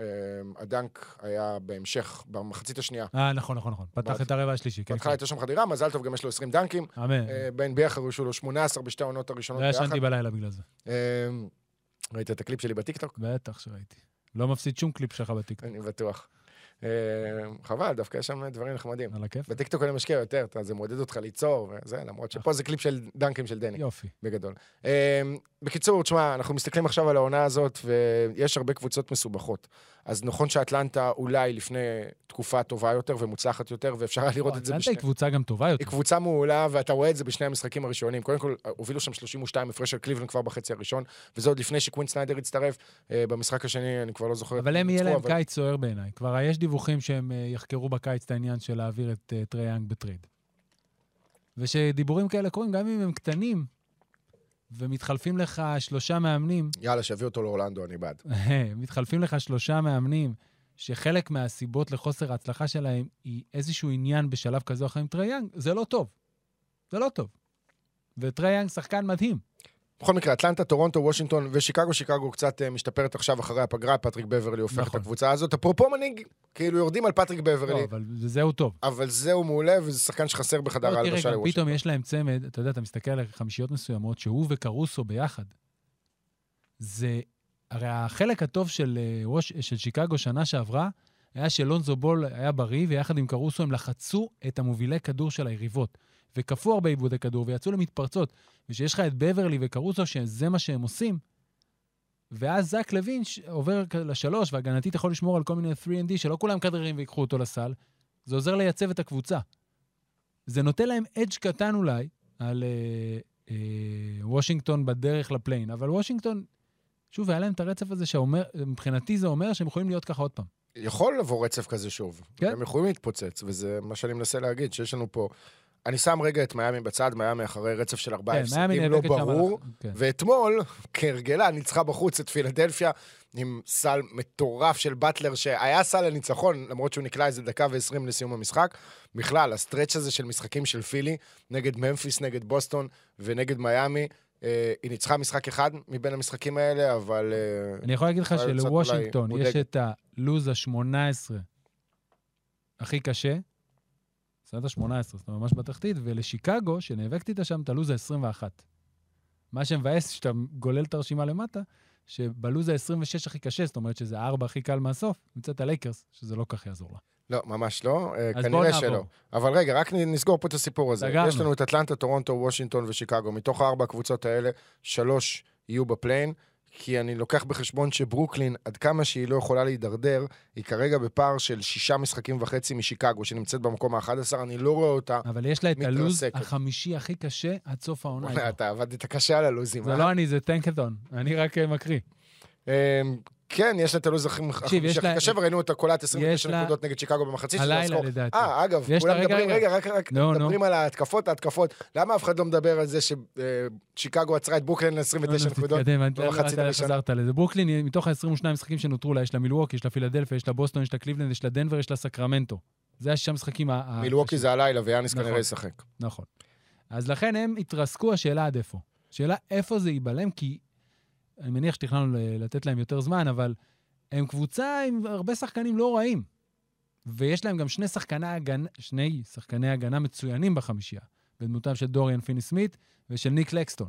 הדנק היה בהמשך, במחצית השנייה. נכון. פתח את הרבע השלישי. בהתחלה הייתה שם חדירה, מזל טוב, גם יש לו 20 דנקים. אמן. ב-NBA חרשו לו 18 בשתי העונות הראשונות ביחד. לא ישנתי בלילה בגלל זה. ראית את הקליפ שלי בטיקטוק? בטח שראיתי. לא מפסיד שום קליפ שלך בטיקטוק. אני בטוח. חבל, דווקא יש שם דברים נחמדים. על הכיף. בטיקטוק אני משקיע יותר, זה מודד אותך ליצור, וזה, למרות שפה זה קליפ של דנקים של דני. יופי. בגדול. בקיצור, תשמע, אנחנו מסתכלים עכשיו על העונה הזאת, ויש הרבה קבוצות מסובכות. אז נכון שאטלנטה אולי לפני תקופה טובה יותר ומוצלחת יותר, ואפשר לראות את זה אטלנטה היא קבוצה גם טובה יותר. היא קבוצה מעולה, ואתה רואה את זה בשני המשחקים הראשונים. קודם כל, הובילו שם 32 הפרש של קליבלנד כבר בחצי הראשון, וזה עוד לפני שקווין סניידר הצטרף. במשחק השני, אני כבר לא זוכר. אבל הם יהיה להם קיץ סוער בעיניי. כבר יש דיווחים שהם יחקרו בקיץ את העניין של להעביר את טריי יאנג בטרייד. ושדיבורים כאלה קורים, גם אם הם קטנים, ומתחלפים לך 3 מאמנים. יאללה, שיביא אותו לאורלנדו, אני בעד. מתחלפים לך 3 מאמנים, שחלק מהסיבות לחוסר ההצלחה שלהם היא איזשהו עניין בשלב כזה או אחר עם טריי יאנג, זה לא טוב. זה לא טוב. וטריי יאנג שחקן מדהים. בכל מקרה, אטלנטה, טורונטו, וושינגטון ושיקגו, שיקגו קצת משתפרת עכשיו אחרי הפגרה, פטריק בברלי הופך את הקבוצה הזאת. אפרופו מנהיג, כאילו יורדים על פטריק בברלי. לא, אבל זהו טוב. אבל זהו מעולה, וזה שחקן שחסר בחדר ההלבשה לוושינגטון. פתאום יש להם צמד, אתה יודע, אתה מסתכל על חמישיות מסוימות, שהוא וקרוסו ביחד. זה, הרי החלק הטוב של שיקגו שנה שעברה, היה שלונזו בול היה בריא, ויחד עם קרוסו הם לחצו את המובילי כדור של היריבות, וכפו הרבה עיבודי כדור, ויצאו למתפרצות, ושיש לך את בברלי וקרוסו, שזה מה שהם עושים, ואז זק לוין עובר לשלוש, והגנתית יכול לשמור על כל מיני 3&D, שלא כולם כדררים ויקחו אותו לסל, זה עוזר לייצב את הקבוצה. זה נותן להם אדג' קטן אולי, על וושינגטון בדרך לפליין, אבל וושינגטון, שוב, היה להם את הרצף הזה שאומר, מבחינתי זה אומר שהם יכולים להיות ככה עוד פעם. יכול לבוא רצף כזה שוב. כן? הם יכולים להתפוצץ, וזה מה שאני מנסה להגיד, שיש לנו פה... אני שם רגע את מיאמי בצד, מיאמי אחרי רצף של 4 הפסדים, לא ברור, ואתמול, כהרגלה, ניצחה בחוץ את פילדלפיה, עם סל מטורף של בטלר, שהיה סל לניצחון, למרות שהוא נקלע איזה דקה ו20 לסיום המשחק. בכלל, הסטרץ' הזה של משחקים של פילי, נגד ממפיס, נגד בוסטון ונגד מיאמי, היא ניצחה משחק אחד מבין המשחקים האלה, אבל... אני יכול להגיד לך שלוושינגטון יש את הלוז ה-18 הכי קשה, שנת ה-18, זאת אומרת, ממש בתחתית, ולשיקגו, שנאבקתי איתה שם, את הלוז ה-21. מה שמבאס, שאתה גולל את הרשימה למטה, שבלוז ה-26 הכי קשה, זאת אומרת שזה 4 הכי קל מהסוף, נמצאת הלייקרס, שזה לא כך יעזור לה. לא, ממש לא, כנראה שלא. אבל רגע, רק נסגור פה את הסיפור הזה. יש לנו את אטלנטה, טורונטו, וושינגטון ושיקגו. מתוך 4 הקבוצות האלה, 3 יהיו בפליין, כי אני לוקח בחשבון שברוקלין, עד כמה שהיא לא יכולה להידרדר, היא כרגע בפער של 6.5 משחקים משיקגו, שנמצאת במקום ה-11, אני לא רואה אותה מתרסקת. אבל יש לה את הלוז החמישי הכי קשה עד סוף העונה. אתה עבדת קשה על הלוזים. זה לא אני, זה טנקתון. אני רק מקריא. כן, יש לה את הלוז הכי קשה, וראינו את הקולת 29 נקודות נגד שיקגו במחצית. הלילה לדעתי. אגב, כולם מדברים, רק מדברים על ההתקפות. למה אף אחד לא מדבר על זה ששיקגו עצרה את ברוקלין ל-29 נקודות במחצית הראשונה? ברוקלין, מתוך ה-22 משחקים שנותרו לה, יש לה מילווקי, יש לה פילדלפיה, יש לה בוסטון, יש לה קליבלנד, יש לה דנבר, יש לה סקרמנטו. זה ה6 משחקים. מילווקי זה הלילה, ויאניס כנראה ישחק. נכון. אז לכן הם התרסקו, השאלה עד איפה. שאלה איפה זה ייבלם, כי אני מניח שתכננו לתת להם יותר זמן, אבל הם קבוצה עם הרבה שחקנים לא רעים. ויש להם גם שני שחקני הגנה מצוינים בחמישייה, בדמותם של דוריאן פיני סמית ושל ניק לקסטון.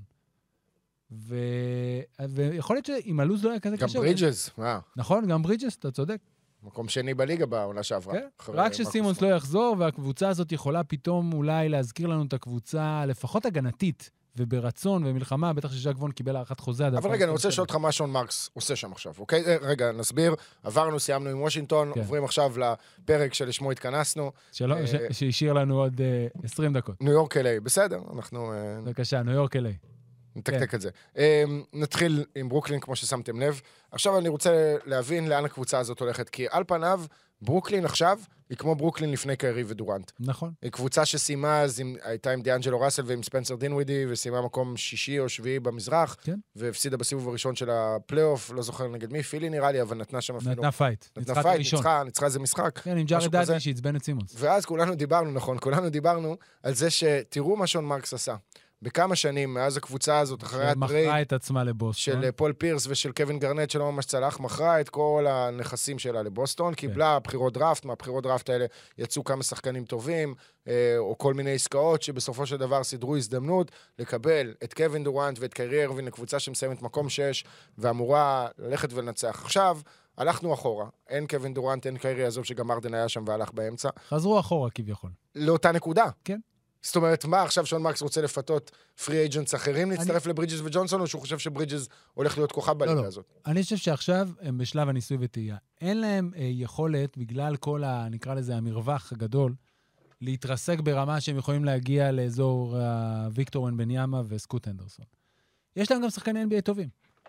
ויכול להיות שאם הלוז לא היה כזה קשה... גם ברידג'ס, נכון, גם ברידג'ס, אתה צודק. מקום שני בליגה בעונה שעברה. רק שסימונס לא יחזור, והקבוצה הזאת יכולה פתאום אולי להזכיר לנו את הקבוצה, לפחות הגנתית, וברצון ומלחמה, בטח שז'ק וון קיבל הארכת חוזה. אבל רגע, אני רוצה לשאול אותך מה שון מרקס עושה שם עכשיו, אוקיי? רגע, נסביר. עברנו, סיימנו עם וושינגטון, עוברים עכשיו לפרק שלשמו התכנסנו. שהשאיר לנו עוד 20 דקות. ניו יורק אליי, בסדר, אנחנו... בבקשה, ניו יורק אליי. נתקתק את זה. נתחיל עם ברוקלין, כמו ששמתם לב. עכשיו אני רוצה להבין לאן הקבוצה הזאת הולכת, כי על פניו, ברוקלין עכשיו היא כמו ברוקלין לפני קיירי ודורנט. נכון. היא קבוצה שסיימה, הייתה עם דיאנג'לו ראסל ועם ספנסר דינווידי, וסיימה מקום 6 או 7 במזרח, כן. והפסידה בסיבוב הראשון של הפלייאוף, לא זוכר נגד מי, פילי נראה לי, אבל נתנה שם אפילו... נתנה פייט. ניצחה איזה משחק. כן, עם ג'ארד דאדלי שהצבן את סימונס. ואז כולנו דיברנו על זה שתראו מה שון מרקס עשה. בכמה שנים, מאז הקבוצה הזאת, אחרי הטרייד... מכרה את עצמה לבוסטון. של פול פירס ושל קווין גרנט, שלא ממש צלח, מכרה את כל הנכסים שלה לבוסטון, קיבלה בחירות דראפט, מהבחירות דראפט האלה יצאו כמה שחקנים טובים, או כל מיני עסקאות שבסופו של דבר סידרו הזדמנות לקבל את קווין דורנט ואת קיירי ארווין לקבוצה שמסיימת מקום 6, ואמורה ללכת ולנצח. עכשיו, הלכנו אחורה. אין קווין דורנט, אין קיירי, עזוב שגם ארדן היה שם והלך באמצע. חזרו אחורה כביכול. לאותה נקודה. כן. זאת אומרת, מה עכשיו שון מרקס רוצה לפתות פרי אייג'נטס אחרים להצטרף לברידג'ס וג'ונסון, או שהוא חושב שברידג'ס הולך להיות כוכב בליגה הזאת? אני חושב שעכשיו הם בשלב הניסוי וטעייה. אין להם יכולת, בגלל כל נקרא לזה, המרווח הגדול, להתרסק ברמה שהם יכולים להגיע לאזור ויקטור ונבניאמה וסקוט הנדרסון. יש להם גם שחקני NBA טובים.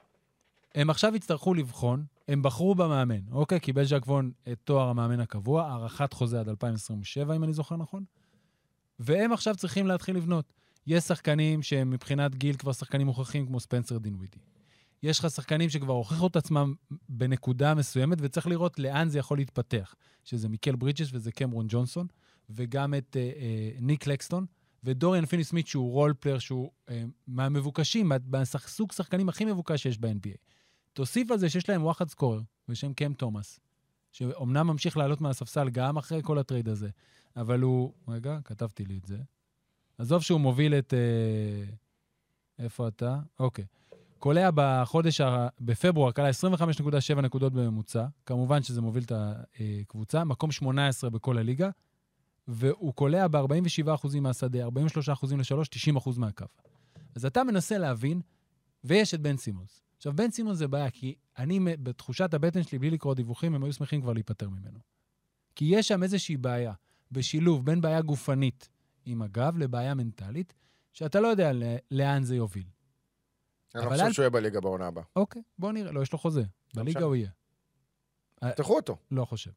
הם עכשיו יצטרכו לבחון, הם בחרו במאמן. אוקיי, קיבל ז'ק וון את תואר המאמן הקבוע, הארכת חוזה עד 2027, אם אני זוכר נכון. והם עכשיו צריכים להתחיל לבנות. יש שחקנים שהם מבחינת גיל כבר שחקנים מוכחים כמו ספנסר דינווידי. יש לך שחקנים שכבר הוכיחו את עצמם בנקודה מסוימת, וצריך לראות לאן זה יכול להתפתח. שזה מיקל ברידג'ס וזה קמרון ג'ונסון, וגם את ניק לקסטון, ודוריאן פיני סמית שהוא רול פלייר, שהוא מהמבוקשים, מהסוג שחקנים הכי מבוקש שיש ב-NBA. תוסיף על זה שיש להם וואחד סקורר, בשם קם תומאס, שאומנם ממשיך לעלות מהספסל גם אחרי כל הטרייד הזה, אבל הוא... רגע, כתבתי לי את זה. עזוב שהוא מוביל את... איפה אתה? אוקיי. קולע בפברואר, קלע 25.7 נקודות בממוצע, כמובן שזה מוביל את הקבוצה, מקום 18 בכל הליגה, והוא קולע ב-47% מהשדה, 43% ל-3, 90% מהקו. אז אתה מנסה להבין, ויש את בן סימונס. עכשיו, בן סימונס זה בעיה, כי אני, בתחושת הבטן שלי, בלי לקרוא דיווחים, הם היו שמחים כבר להיפטר ממנו. כי יש שם איזושהי בעיה, בשילוב בין בעיה גופנית עם הגב לבעיה מנטלית, שאתה לא יודע לאן זה יוביל. אני חושב שהוא יהיה בליגה בעונה הבאה. אוקיי, בוא נראה. לא, יש לו חוזה. בליגה הוא יהיה. תחו אותו. לא חושב.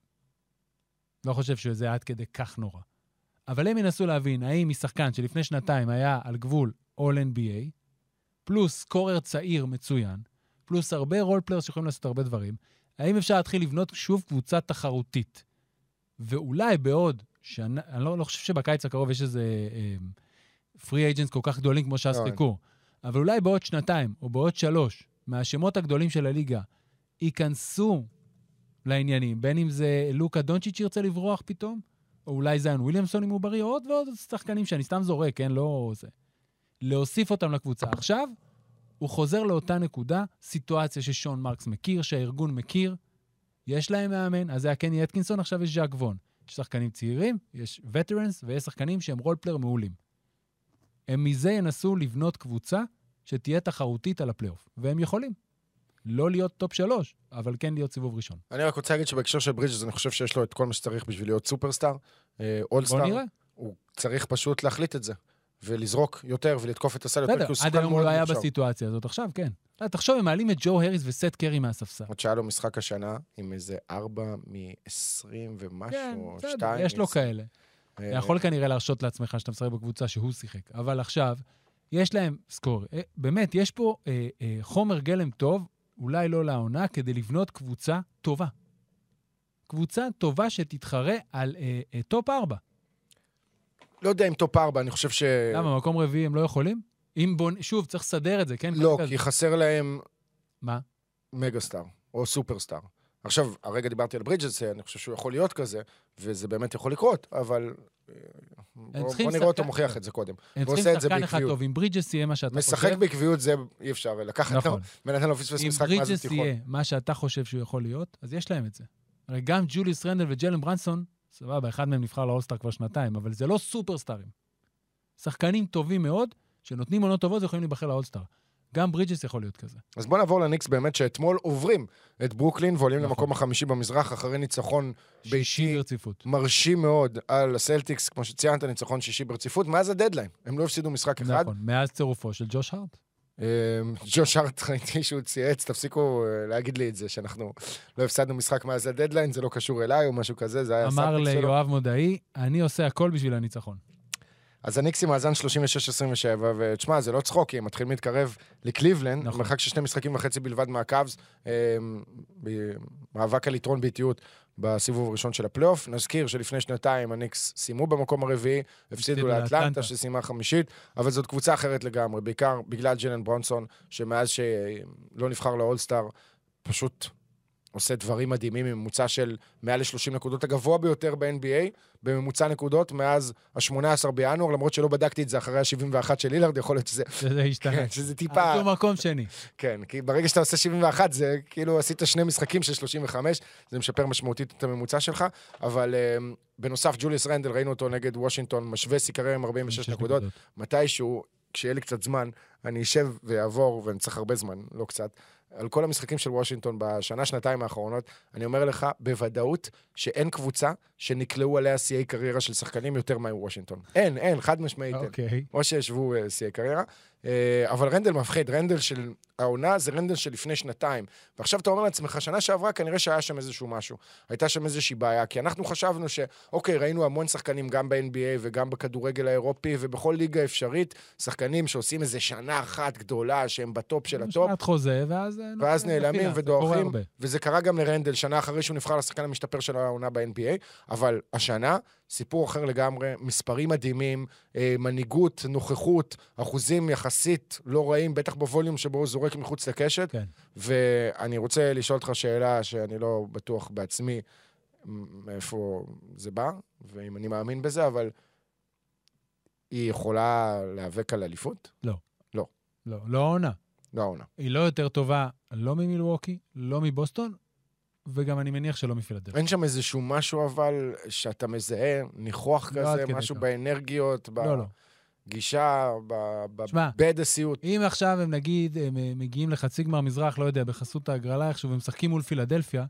לא חושב שזה עד כדי כך נורא. אבל הם ינסו להבין, האם משחקן שלפני שנתיים היה על גבול All-NBA, פלוס סקורר צעיר מצוין, פלוס הרבה רולפליירס שיכולים לעשות הרבה דברים, האם אפשר להתחיל לבנות שוב קבוצה תחרותית? ואולי בעוד, אני לא חושב שבקיץ הקרוב יש איזה פרי אייג'נס כל כך גדולים כמו שהסחיקו, אבל אולי בעוד 2 או בעוד 3, מהשמות הגדולים של הליגה, ייכנסו לעניינים, בין אם זה לוקה דונצ'יץ' שירצה לברוח פתאום, או אולי זיין וויליאמסון אם הוא בריא, עוד ועוד שחקנים שאני סתם זורק, כן? לא זה. להוסיף אותם לקבוצה. עכשיו, הוא חוזר לאותה נקודה, סיטואציה ששון מרקס מכיר, שהארגון מכיר, יש להם מאמן, אז זה היה קני אטקינסון, עכשיו יש ז'אק וון. יש שחקנים צעירים, יש וטרנס, ויש שחקנים שהם רולפלייר מעולים. הם מזה ינסו לבנות קבוצה שתהיה תחרותית על הפלייאוף, והם יכולים. לא להיות טופ 3, אבל כן להיות סיבוב ראשון. אני רק רוצה להגיד שבהקשר של ברידג'ס, אני חושב שיש לו את כל מה שצריך בשביל להיות סופרסטאר, אולסטאר. בוא נראה. הוא צריך פשוט להחליט את זה, ולזרוק יותר ולתקוף את הסל יותר, כי הוא עד היום הוא לא היה בסיטואציה הזאת, עכשיו כן. תחשוב, הם מעלים את ג'ו הריס וסט קרי מהספסל. עוד שהיה לו משחק השנה, עם איזה 4 מ-20 ומשהו, 2. יש לו כאלה. יכול כנראה להרשות לעצמך שאתה משחק בקבוצה שהוא שיחק. אבל עכשיו, יש להם סקור. באמת, יש פה חומר גלם טוב, אולי לא לעונה, כדי לבנות קבוצה טובה. קבוצה טובה שתתחרה על טופ 4. לא יודע אם טופ 4, אני חושב ש... למה, מקום רביעי הם לא יכולים? שוב, צריך לסדר את זה, כן? לא, כי חסר להם... מה? מגה-סטאר, או סופר-סטאר. עכשיו, הרגע דיברתי על ברידג'ס, אני חושב שהוא יכול להיות כזה, וזה באמת יכול לקרות, אבל בוא נראה אותו מוכיח את זה קודם. הם צריכים שחקן אחד טוב, אם ברידג'ס יהיה מה שאתה חושב... משחק בעקביות זה אי אפשר לקחת לו, מנתן לו פספס משחק מה זה תיכון. אם ברידג'ס יהיה מה שאתה חושב שהוא יכול להיות, אז יש להם את זה. הרי גם ג'וליוס רנדל וג'לן ברנסון, סבבה, אחד מהם נבחר לאולסטאר כבר 2 אבל זה לא סופרסטארים. שחקנים טובים מאוד, שנותנים עונות טובות, יכולים להיבחר לאולסטאר. גם ברידג'ס יכול להיות כזה. אז בוא נעבור לניקס באמת, שאתמול עוברים את ברוקלין, ועולים למקום החמישי במזרח, אחרי ניצחון ביתי מרשים מאוד על הסלטיקס, כמו שציינת, ניצחון 6 ברציפות, מאז הדדליין. הם לא הפסידו משחק אחד. נכון, מאז צירופו של ג'וש הארט. ג'וש הארט, ראיתי שהוא צייץ, תפסיקו להגיד לי את זה, שאנחנו לא הפסדנו משחק מאז הדדליין, זה לא קשור אליי או משהו כזה, זה היה אמר ליואב מודעי, אני עושה הכל בשביל הניצחון. אז הניקס עם מאזן 36-27, ותשמע, זה לא צחוק, כי הם מתחילים להתקרב לקליבלנד, נכון. מרחק של 2.5 משחקים בלבד מהקאבס, מאבק על יתרון ביתיות בסיבוב הראשון של הפלייאוף. נזכיר שלפני 2 הניקס סיימו במקום הרביעי, הפסידו לאטלנטה שסיימה חמישית, אבל זאת קבוצה אחרת לגמרי, בעיקר בגלל ג'לן ברונסון, שמאז שלא נבחר לאולסטאר, פשוט עושה דברים מדהימים, מממוצע של מעל ל-30 נקודות, הגבוה ביותר ב-NBA, בממוצע נקודות, מאז ה-18 בינואר, למרות שלא בדקתי את זה אחרי ה-71 של לילארד, יכול להיות שזה השתנה. כן, שזה טיפה... עשו מקום שני. כן, כי ברגע שאתה עושה 71, זה כאילו עשית 2 משחקים של 35, זה משפר משמעותית את הממוצע שלך, אבל בנוסף, ג'וליוס רנדל, ראינו אותו נגד וושינגטון, משווה סיקרר עם 46 נקודות, מתישהו, כשיהיה לי קצת זמן, אני אשב ויעבור, ואני צריך הרבה זמן, לא קצת, על כל המשחקים של וושינגטון בשנה-שנתיים האחרונות, אני אומר לך בוודאות שאין קבוצה שנקלעו עליה שיאי קריירה של שחקנים יותר מוושינגטון. אין, חד משמעית. או שישבו שיאי קריירה. אבל רנדל מפחיד, רנדל של העונה זה רנדל של לפני 2 ועכשיו אתה אומר לעצמך, שנה שעברה כנראה שהיה שם איזשהו משהו, הייתה שם איזושהי בעיה, כי אנחנו חשבנו שאוקיי, ראינו המון שחקנים גם ב-NBA וגם בכדורגל האירופי ובכל ליגה אפשרית, שחקנים שעושים איזה שנה אחת גדולה שהם בטופ של הטופ, שנת חוזה, ואז נעלמים ודורכים, וזה קרה גם לרנדל, שנה אחרי שהוא נבחר לשחקן המשתפר של העונה ב-NBA, אבל השנה, סיפור אחר לגמרי, מספרים מדהימים, מנהיגות, נוכחות, אחוזים יחסית לא רעים, בטח בווליום שבו הוא זורק מחוץ לקשת, כן. ואני רוצה לשאול אותך שאלה שאני לא בטוח בעצמי מאיפה זה בא, ואם אני מאמין בזה, אבל היא יכולה להיאבק על אליפות? לא. לא. לא עונה. לא העונה. היא לא יותר טובה, לא ממילווקי, לא מבוסטון, וגם אני מניח שלא מפילדלפיה. אין שם איזשהו משהו אבל שאתה מזהה, ניחוח כזה, משהו באנרגיות, בגישה, בבדסיות. אם עכשיו הם נגיד, הם מגיעים לחצי גמר מזרח, לא יודע, בחסות ההגרלה איכשהו, והם משחקים מול פילדלפיה,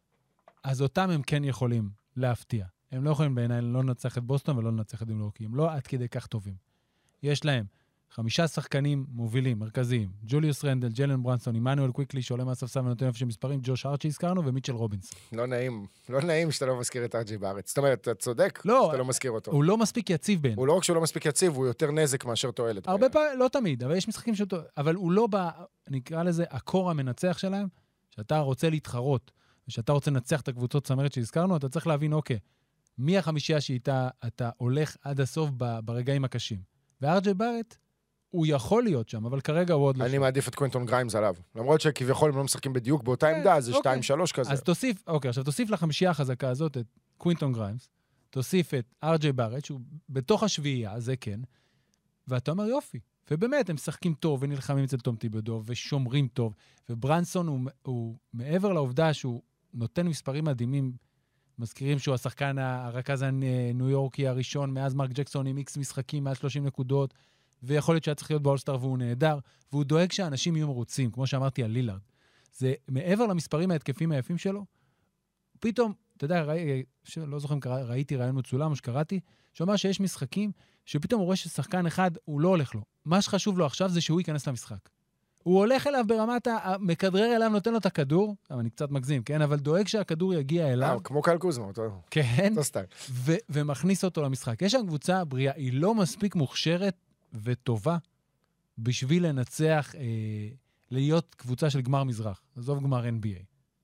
אז אותם הם כן יכולים להפתיע. הם לא יכולים בעיניי לא לנצח את בוסטון ולא לנצח את מילווקי. הם לא עד כדי כך טובים. יש להם 5 שחקנים מובילים, מרכזיים, ג'וליוס רנדל, ג'לן ברנסון, עמנואל קוויקלי, שעולה מהספסל ונותן איפה שמספרים, ג'וש ארצ'י הזכרנו, ומיטשל רובינס. לא נעים שאתה לא מזכיר את ארג'י בארץ. זאת אומרת, אתה צודק שאתה לא מזכיר אותו. הוא לא מספיק יציב בין. הוא לא רק שהוא לא מספיק יציב, הוא יותר נזק מאשר תועלת. הרבה פעמים, לא תמיד, אבל יש משחקים שאותו, אבל הוא לא נקרא לזה, הקור המנצח שלהם, שאתה רוצה להתחרות, ושאתה רוצה לנצח את הקבוצות צמרת שהזכרנו, אתה צריך להבין, אוקיי, מי החמישייה שאיתה אתה הולך עד הסוף ברגעים הקשים. וארג'י בארץ הוא יכול להיות שם, אבל כרגע הוא עוד לא שם. אני מעדיף את קווינטון גריימס עליו. למרות שכביכול הם לא משחקים בדיוק באותה עמדה, זה 2-3 כזה. אז תוסיף, עכשיו תוסיף לחמישייה החזקה הזאת את קווינטון גריימס, תוסיף את ארג'י בארט, שהוא בתוך השביעייה, זה כן, ואתה אומר יופי. ובאמת, הם משחקים טוב ונלחמים אצל תום טיבודו, ושומרים טוב, וברנסון הוא מעבר לעובדה שהוא נותן מספרים מדהימים, מזכירים שהוא השחקן הרכז הניו יורקי הראשון, מאז מרק ג'קסון עם איקס משחקים, מעל 30 נקודות, ויכול להיות שהיה צריך להיות באולסטאר והוא נהדר, והוא דואג שאנשים יהיו מרוצים, כמו שאמרתי על לילארד. זה מעבר למספרים ההתקפים היפים שלו, פתאום, אתה יודע, לא זוכר אם ראיתי רעיון מצולם או שקראתי, שאומר שיש משחקים שפתאום הוא רואה ששחקן אחד הוא לא הולך לו. מה שחשוב לו עכשיו זה שהוא ייכנס למשחק. הוא הולך אליו ברמת המכדרר אליו, נותן לו את הכדור, אני קצת מגזים, כן? אבל דואג שהכדור יגיע אליו. כמו קייל קוזמה, אותו. כן. אותו סטייל. ומכניס אותו למשחק. יש שם קבוצה בריאה, היא לא מספיק מוכשרת וטובה בשביל לנצח, להיות קבוצה של גמר מזרח. עזוב גמר NBA.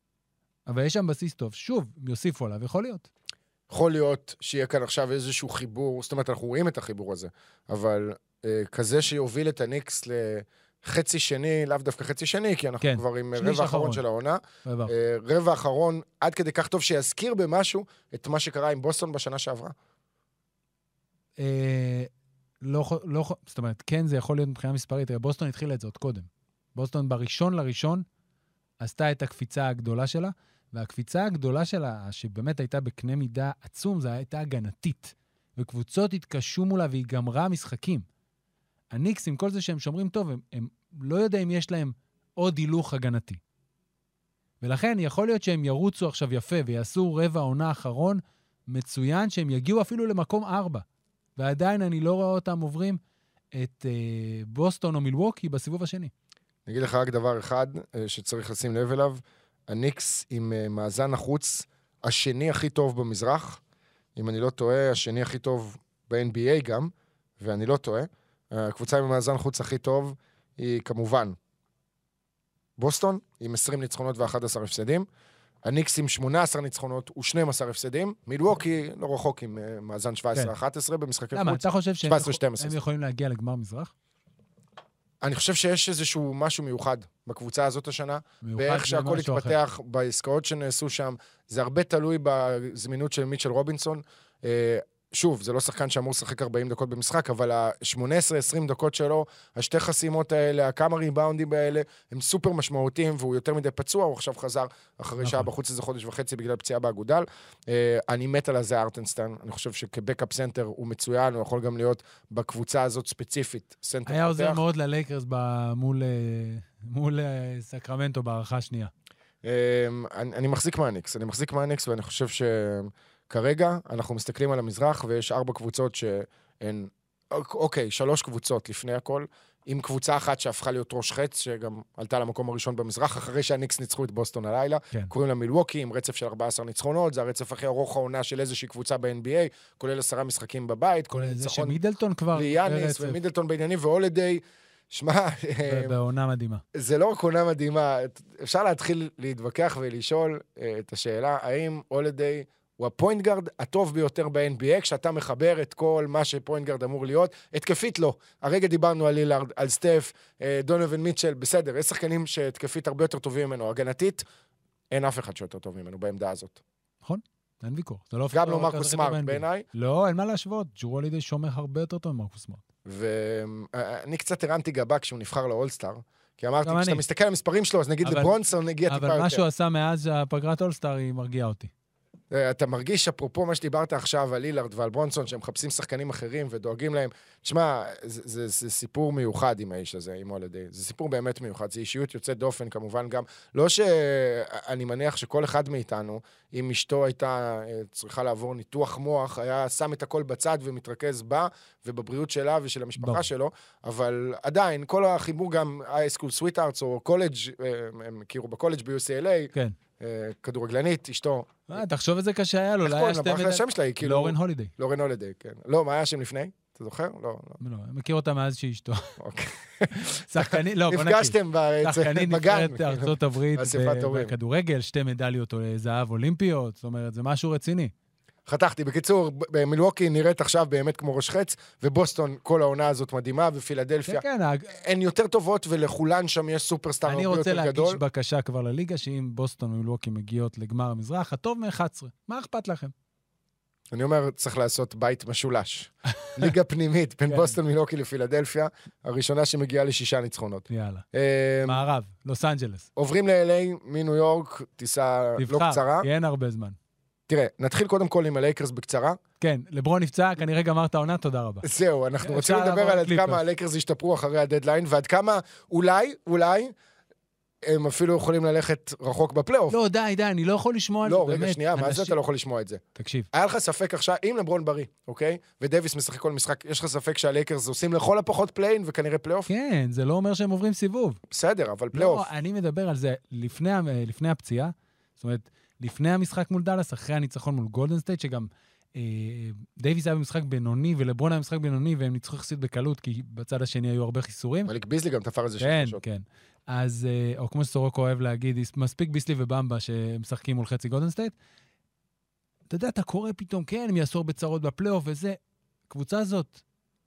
אבל יש שם בסיס טוב. שוב, יוסיפו עליו, יכול להיות. יכול להיות שיהיה כאן עכשיו איזשהו חיבור, זאת אומרת, אנחנו רואים את החיבור הזה, אבל כזה שיוביל את הניקס לחצי שני, לאו דווקא חצי שני, כי אנחנו כבר עם רבע האחרון של העונה. רבע האחרון, עד כדי כך טוב שיזכיר במשהו את מה שקרה עם בוסטון בשנה שעברה. לא, זאת אומרת, כן, זה יכול להיות מבחינה מספרית, בוסטון התחילה את זה עוד קודם. בוסטון לראשון עשתה את הקפיצה הגדולה שלה, והקפיצה הגדולה שלה, שבאמת הייתה בקנה מידה עצום, זה הייתה הגנתית. וקבוצות התקשו מולה והיא גמרה משחקים. הניקס, עם כל זה שהם שומרים טוב, הם לא יודעים אם יש להם עוד הילוך הגנתי. ולכן יכול להיות שהם ירוצו עכשיו יפה, ויעשו רבע עונה האחרון מצוין, שהם יגיעו אפילו למקום 4. ועדיין אני לא רואה אותם עוברים את בוסטון או מילווקי בסיבוב השני. אני אגיד לך רק דבר אחד שצריך לשים לב אליו, הניקס עם מאזן החוץ השני הכי טוב במזרח, אם אני לא טועה, השני הכי טוב ב-NBA גם, ואני לא טועה, הקבוצה עם המאזן חוץ הכי טוב היא כמובן בוסטון, עם 20 ניצחונות ו11 הפסדים, הניקס עם 18 ניצחונות ו12 הפסדים, מילווקי לא רחוק עם מאזן 17-11 במשחקי חוץ. למה, אתה חושב שהם יכולים להגיע לגמר מזרח? אני חושב שיש איזשהו משהו מיוחד בקבוצה הזאת השנה, באיך שהכל התפתח בעסקאות שנעשו שם, זה הרבה תלוי בזמינות של מיטשל רובינסון, שוב, זה לא שחקן שאמור לשחק 40 דקות במשחק, אבל ה-18-20 דקות שלו, השתי חסימות האלה, הכמה ריבאונדים האלה, הם סופר משמעותיים, והוא יותר מדי פצוע, הוא עכשיו חזר אחרי שעה בחוץ איזה חודש וחצי בגלל פציעה באגודל. אני מת על זה ארטנסטיין, אני חושב שכבקאפ סנטר הוא מצוין, הוא יכול גם להיות בקבוצה הזאת ספציפית, סנטר היה עוזר מאוד ללייקרס מול סקרמנטו בערכה השנייה. אני מחזיק מהניקס, ואני חושב כרגע אנחנו מסתכלים על המזרח, ויש 4 קבוצות שהן, אוקיי, 3 קבוצות לפני הכל, עם קבוצה אחת שהפכה להיות ראש חץ, שגם עלתה למקום הראשון במזרח, אחרי שהניקס ניצחו את בוסטון הלילה, כן. קוראים לה מילווקי, עם רצף של 14 ניצחונות, זה הרצף הכי ארוך העונה של איזושהי קבוצה ב-NBA, כולל 10 משחקים בבית, כולל זה שמידלטון כבר ליאניס, ומידלטון בעניינים, והולדיי, שמע, בעונה מדהימה. זה לא רק עונה מדהימה, אפשר להתחיל להתווכח ולשאול את השאלה, האם הולדיי הוא הפוינט גארד הטוב ביותר ב-NBA, כשאתה מחבר את כל מה שפוינט גארד אמור להיות, התקפית לא. הרגע דיברנו על לילארד, על סטף, דונובין מיטשל, בסדר, יש שחקנים שהתקפית הרבה יותר טובים ממנו, הגנתית, אין אף אחד שיותר טוב ממנו בעמדה הזאת. נכון, אין ויכוח. גם לא מרקוס סמארט בעיניי. לא, אין מה להשוות, ג'רו הולידיי שומר הרבה יותר טוב ממרקוס סמארט. ואני קצת הרמתי גבה כשהוא נבחר לאולסטאר, כי אמרתי, כשאתה מסתכל על המספרים שלו, אז נגיד לברנסון הגיע טיפה יותר. אבל מה שהוא עשה מאז הפגרת אולסטאר, היא מרגיעה אותי. אתה מרגיש, אפרופו מה שדיברת עכשיו על לילארד ועל ברונסון, שהם מחפשים שחקנים אחרים ודואגים להם. תשמע, זה סיפור מיוחד עם האיש הזה, עם הולדיי. זה סיפור באמת מיוחד. זה אישיות יוצאת דופן, כמובן גם. לא שאני מניח שכל אחד מאיתנו, אם אשתו הייתה צריכה לעבור ניתוח מוח, היה שם את הכל בצד ומתרכז בה, ובבריאות שלה ושל המשפחה שלו, אבל עדיין, כל החיבור גם high school sweethearts או קולג', הם הכירו בקולג' ב-UCLA, כן. כדורגלנית, אשתו. תחשוב איזה קשה היה לו. איך קוראים? ברח לשם שלה, היא כאילו... לורן הולידיי. לורן הולידיי, כן. לא, מה היה השם לפני? אתה זוכר? לא. לא, אני מכיר אותה מאז שהיא אשתו. אוקיי. שחקנית, לא, בוא נקשיב. נפגשתם שחקנית נבחרת ארצות הברית הורים. בכדורגל, 2 מדליות זהב אולימפיות, זאת אומרת, זה משהו רציני. חתכתי. בקיצור, מילווקי נראית עכשיו באמת כמו ראש חץ, ובוסטון כל העונה הזאת מדהימה, ופילדלפיה. כן, הן יותר טובות, ולכולן שם יש סופרסטאר הרבה יותר גדול. אני רוצה להגיש בקשה כבר לליגה, שאם בוסטון ומילווקי מגיעות לגמר המזרח, הטוב מ-11. מה אכפת לכם? אני אומר, צריך לעשות בית משולש. ליגה פנימית בין בוסטון, מילווקי לפילדלפיה, הראשונה שמגיעה ל6 ניצחונות. יאללה. מערב, לוס אנג'לס. עוברים ל-LA, מניו יורק, טיסה לא קצרה. תבחר, כי אין הרבה זמן. תראה, נתחיל קודם כל עם הלייקרס בקצרה. כן, לברון נפצע, כנראה גמרת העונה, תודה רבה. זהו, אנחנו רוצים לדבר על עד כמה הלייקרס השתפרו אחרי הדדליין, ועד כמה אולי, הם אפילו יכולים ללכת רחוק בפלייאוף. לא, די, אני לא יכול לשמוע על זה, באמת. לא, רגע, שנייה, מה זה אתה לא יכול לשמוע את זה? תקשיב. היה לך ספק עכשיו, אם לברון בריא, אוקיי? ודייביס משחק כל משחק, יש לך ספק שהלייקרס עושים לכל הפחות פליין וכנראה פלייאוף? כן, זה לא אומר שהם עוברים סיבוב. בסדר, אבל פלייאוף. לא, אני מדבר על זה לפני הפציעה, זאת אומרת, לפני המשחק מול דלס, אחרי הניצחון מול גולדן סטייט, שגם דייביס היה במשחק בינוני, ולברון היה במשחק בינוני, והם ניצחו יחסית בקלות, כי בצד השני היו הרבה חיסורים. מליק ביזלי גם תפר את זה כן, כן. אז, או כמו שסורוקו אוהב להגיד, מספיק ביסלי ובמבה שמשחקים מול חצי גולדן סטייט. אתה יודע, אתה קורא פתאום, כן, הם יעשו הרבה צרות בפלייאוף, וזה, קבוצה הזאת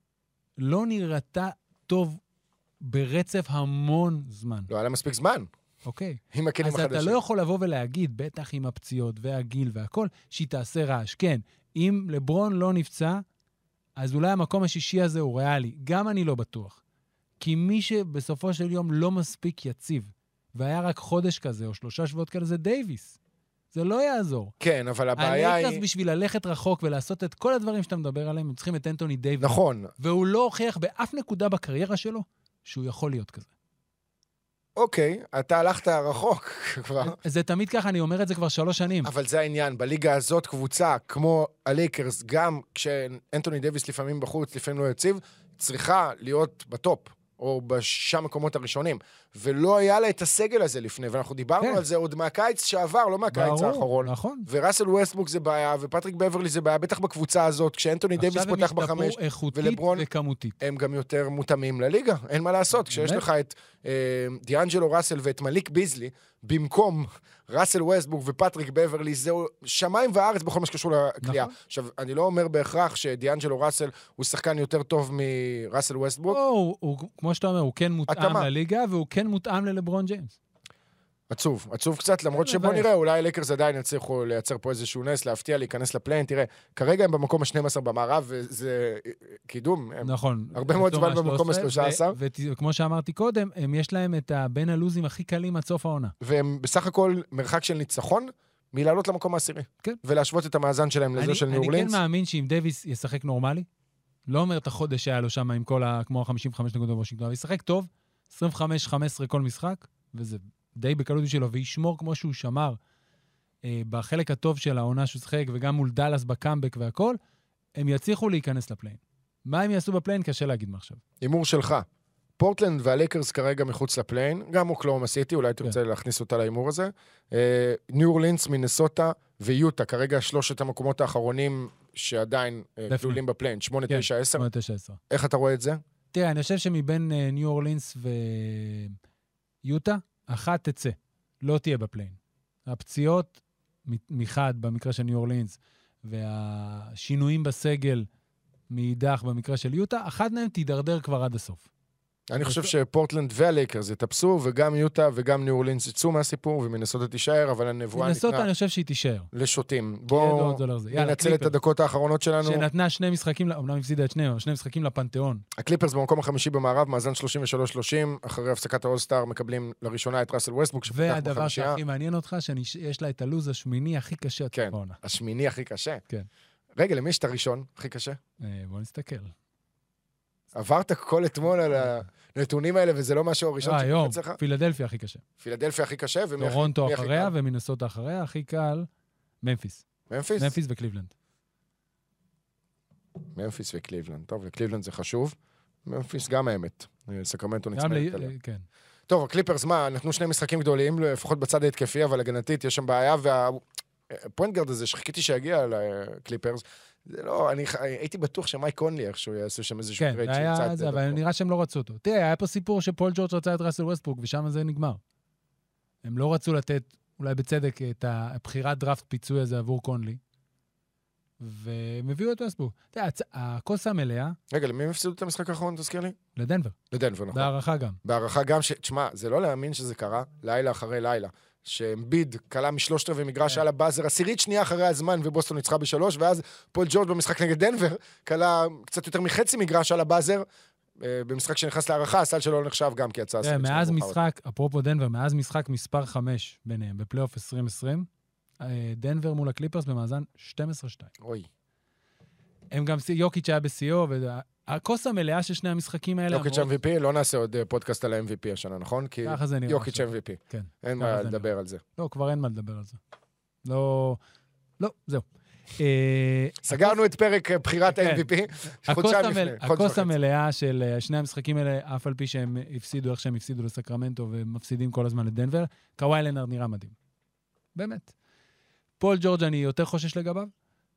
לא נראתה טוב ברצף המון זמן. לא היה לה מספיק זמן. אוקיי. עם הכלים החדשים. אז אתה לא יכול לבוא ולהגיד, בטח עם הפציעות והגיל והכל, שהיא תעשה רעש. כן, אם לברון לא נפצע, אז אולי המקום השישי הזה הוא ריאלי. גם אני לא בטוח. כי מי שבסופו של יום לא מספיק יציב, והיה רק חודש כזה, או 3 שבועות כאלה, זה דייביס. זה לא יעזור. כן, אבל הבעיה היא... הלייקרס בשביל ללכת רחוק ולעשות את כל הדברים שאתה מדבר עליהם, הם צריכים את אנטוני דייביס. נכון. והוא לא הוכיח באף נקודה בקריירה שלו, שהוא יכול להיות כזה. אוקיי, אתה הלכת רחוק כבר. זה תמיד ככה, אני אומר את זה כבר 3 שנים. אבל זה העניין, בליגה הזאת קבוצה, כמו הלייקרס, גם כשאנטוני דייביס לפעמים בחוץ, לפעמים לא יציב, צריכה להיות בטופ, או ב6 מקומות הראשונים. ולא היה לה את הסגל הזה לפני, ואנחנו דיברנו על זה עוד מהקיץ שעבר, לא מהקיץ האחרון. נכון. וראסל ווסטברוק זה בעיה, ופטריק בברלי זה בעיה, בטח בקבוצה הזאת, כשאנטוני דייביס פותח ב5, עכשיו הם השתפרו איכותית וכמותית. הם גם יותר מותאמים לליגה, אין מה לעשות. כשיש לך את דיאנג'לו ראסל ואת מליק ביזלי, במקום ראסל ווסטברוק ופטריק בברלי, זהו שמיים וארץ בכל מה שקשור לקליעה. עכשיו, אני לא אומר בהכרח שדיאנג'לו ראסל הוא שחקן יותר טוב מראסל ווסטברוק. כמו שאתה אומר, הוא כן מותאם לליגה, והוא כן מותאם ללברון ג'יימס. עצוב קצת, למרות שבוא נראה, אולי הלייקרס עדיין יצליחו לייצר פה איזשהו נס, להפתיע, להיכנס לפליין, תראה, כרגע הם במקום ה-12 במערב, וזה קידום. נכון. הרבה מאוד זמן במקום ה-13. וכמו שאמרתי קודם, יש להם את בין הלוזים הכי קלים עד סוף העונה. והם בסך הכל מרחק של ניצחון, מלעלות למקום העשירי. כן. ולהשוות את המאזן שלהם לזה של ניו אורלינס. אני כן מאמין שאם דייביס ישחק נורמלי, לא אומר את החודש שהיה לו שם עם כל כמו ה-55 נקודות בוושינגטון, אבל ישחק טוב, 25-15 כל משחק, וזה די בקלות שלו, וישמור כמו שהוא שמר בחלק הטוב של העונה שהוא שחק, וגם מול דלס בקאמבק והכל, הם יצליחו להיכנס לפליין. מה הם יעשו בפליין? קשה להגיד מה עכשיו. הימור שלך. פורטלנד והלייקרס כרגע מחוץ לפליין, גם אוקלאומה סיטי, אולי תרצה להכניס אותה להימור הזה. ניו אורלינס, מינסוטה ויוטה, כרגע 3 המקומות האחרונים שעדיין כלולים בפליין, 8-9-10. 8-9-10. איך אתה רואה את זה? תראה, אני חושב שמבין ניו אורלינס ויוטה, אחת תצא, לא תהיה בפליין. הפציעות מחד במקרה של ניו אורלינס, והשינויים בסגל מאידך במקרה של יוטה, אחד מהם תידרדר כבר עד הסוף. אני חושב שפורטלנד והלייקרס יתאפסו, וגם יוטה וגם ניו אורלינס יצאו מהסיפור, ומינסוטה תישאר, אבל הנבואה מינסוטה אני חושב שהיא תישאר. לשוטים. בואו ננצל את הדקות האחרונות שלנו. שנתנה שני משחקים, אומנם הפסידה את שניהם, שני משחקים לפנתיאון. הקליפרס במקום החמישי במערב, מאזן 33-30, אחרי הפסקת האולסטאר מקבלים לראשונה את ראסל ווסטברוק, והדבר שהכי מעניין אותך, שיש לה את הלוז השמיני הכי קשה. כן, השמיני הכי קשה. כן. רגע, למי יש את הראשון הכי קשה? בוא נסתכל. עברת כל אתמול על הנתונים האלה, וזה לא משהו הראשון שקופץ לך? פילדלפיה הכי קשה. פילדלפיה הכי קשה, טורונטו אחריה, ומינסוטה אחריה, הכי קל, ממפיס. ממפיס? ממפיס וקליבלנד. ממפיס וקליבלנד. טוב, וקליבלנד זה חשוב. ממפיס גם האמת. סקרמנטו נצמדת עליה. כן. טוב, הקליפרס, מה, נתנו שני משחקים גדולים, לפחות בצד ההתקפי, אבל הגנתית יש שם בעיה, והפוינטגרד הזה שחיכיתי שיגיע לקליפרס, זה לא, אני הייתי בטוח שמייק קונלי איכשהו יעשו שם איזשהו גרייד שיצא את זה. אבל נראה שהם לא רצו אותו. תראה, היה פה סיפור שפול ג'ורג' רצה את ראסל ווסטברוק, ושם זה נגמר. הם לא רצו לתת, אולי בצדק, את הבחירת דראפט פיצוי הזה עבור קונלי, והם הביאו את ווסטברוק. תראה, הכוס המלאה... רגע, למי הם הפסידו את המשחק האחרון, תזכיר לי? לדנבר. לדנבר, נכון. בהערכה גם. בהערכה גם תשמע, זה לא להאמין שזה קרה לילה אחרי לילה. שאמביד קלה משלושת רבעי מגרש על הבאזר, עשירית שנייה אחרי הזמן, ובוסטון ניצחה ב3, ואז פול ג'ורג' במשחק נגד דנבר, קלה קצת יותר מחצי מגרש על הבאזר, במשחק שנכנס להערכה, הסל שלו לא נחשב גם כי יצא עשירית. מאז משחק, אפרופו דנבר, מאז משחק מספר 5 ביניהם, בפלייאוף 2020, דנבר מול הקליפרס במאזן 12-2. אוי. הם גם, יוקיץ' היה בסיוע, הכוס המלאה של שני המשחקים האלה... יוקיץ' MVP, לא נעשה עוד פודקאסט על ה-MVP השנה, נכון? כי יוקיץ' MVP. כן. אין מה לדבר על זה. לא, כבר אין מה לדבר על זה. לא, זהו. סגרנו את פרק בחירת ה-MVP. הכוס המלאה של שני המשחקים האלה, אף על פי שהם הפסידו איך שהם הפסידו לסקרמנטו, ומפסידים כל הזמן לדנבר, קוואי לנארד נראה מדהים. באמת. פול ג'ורג' אני יותר חושש לגביו,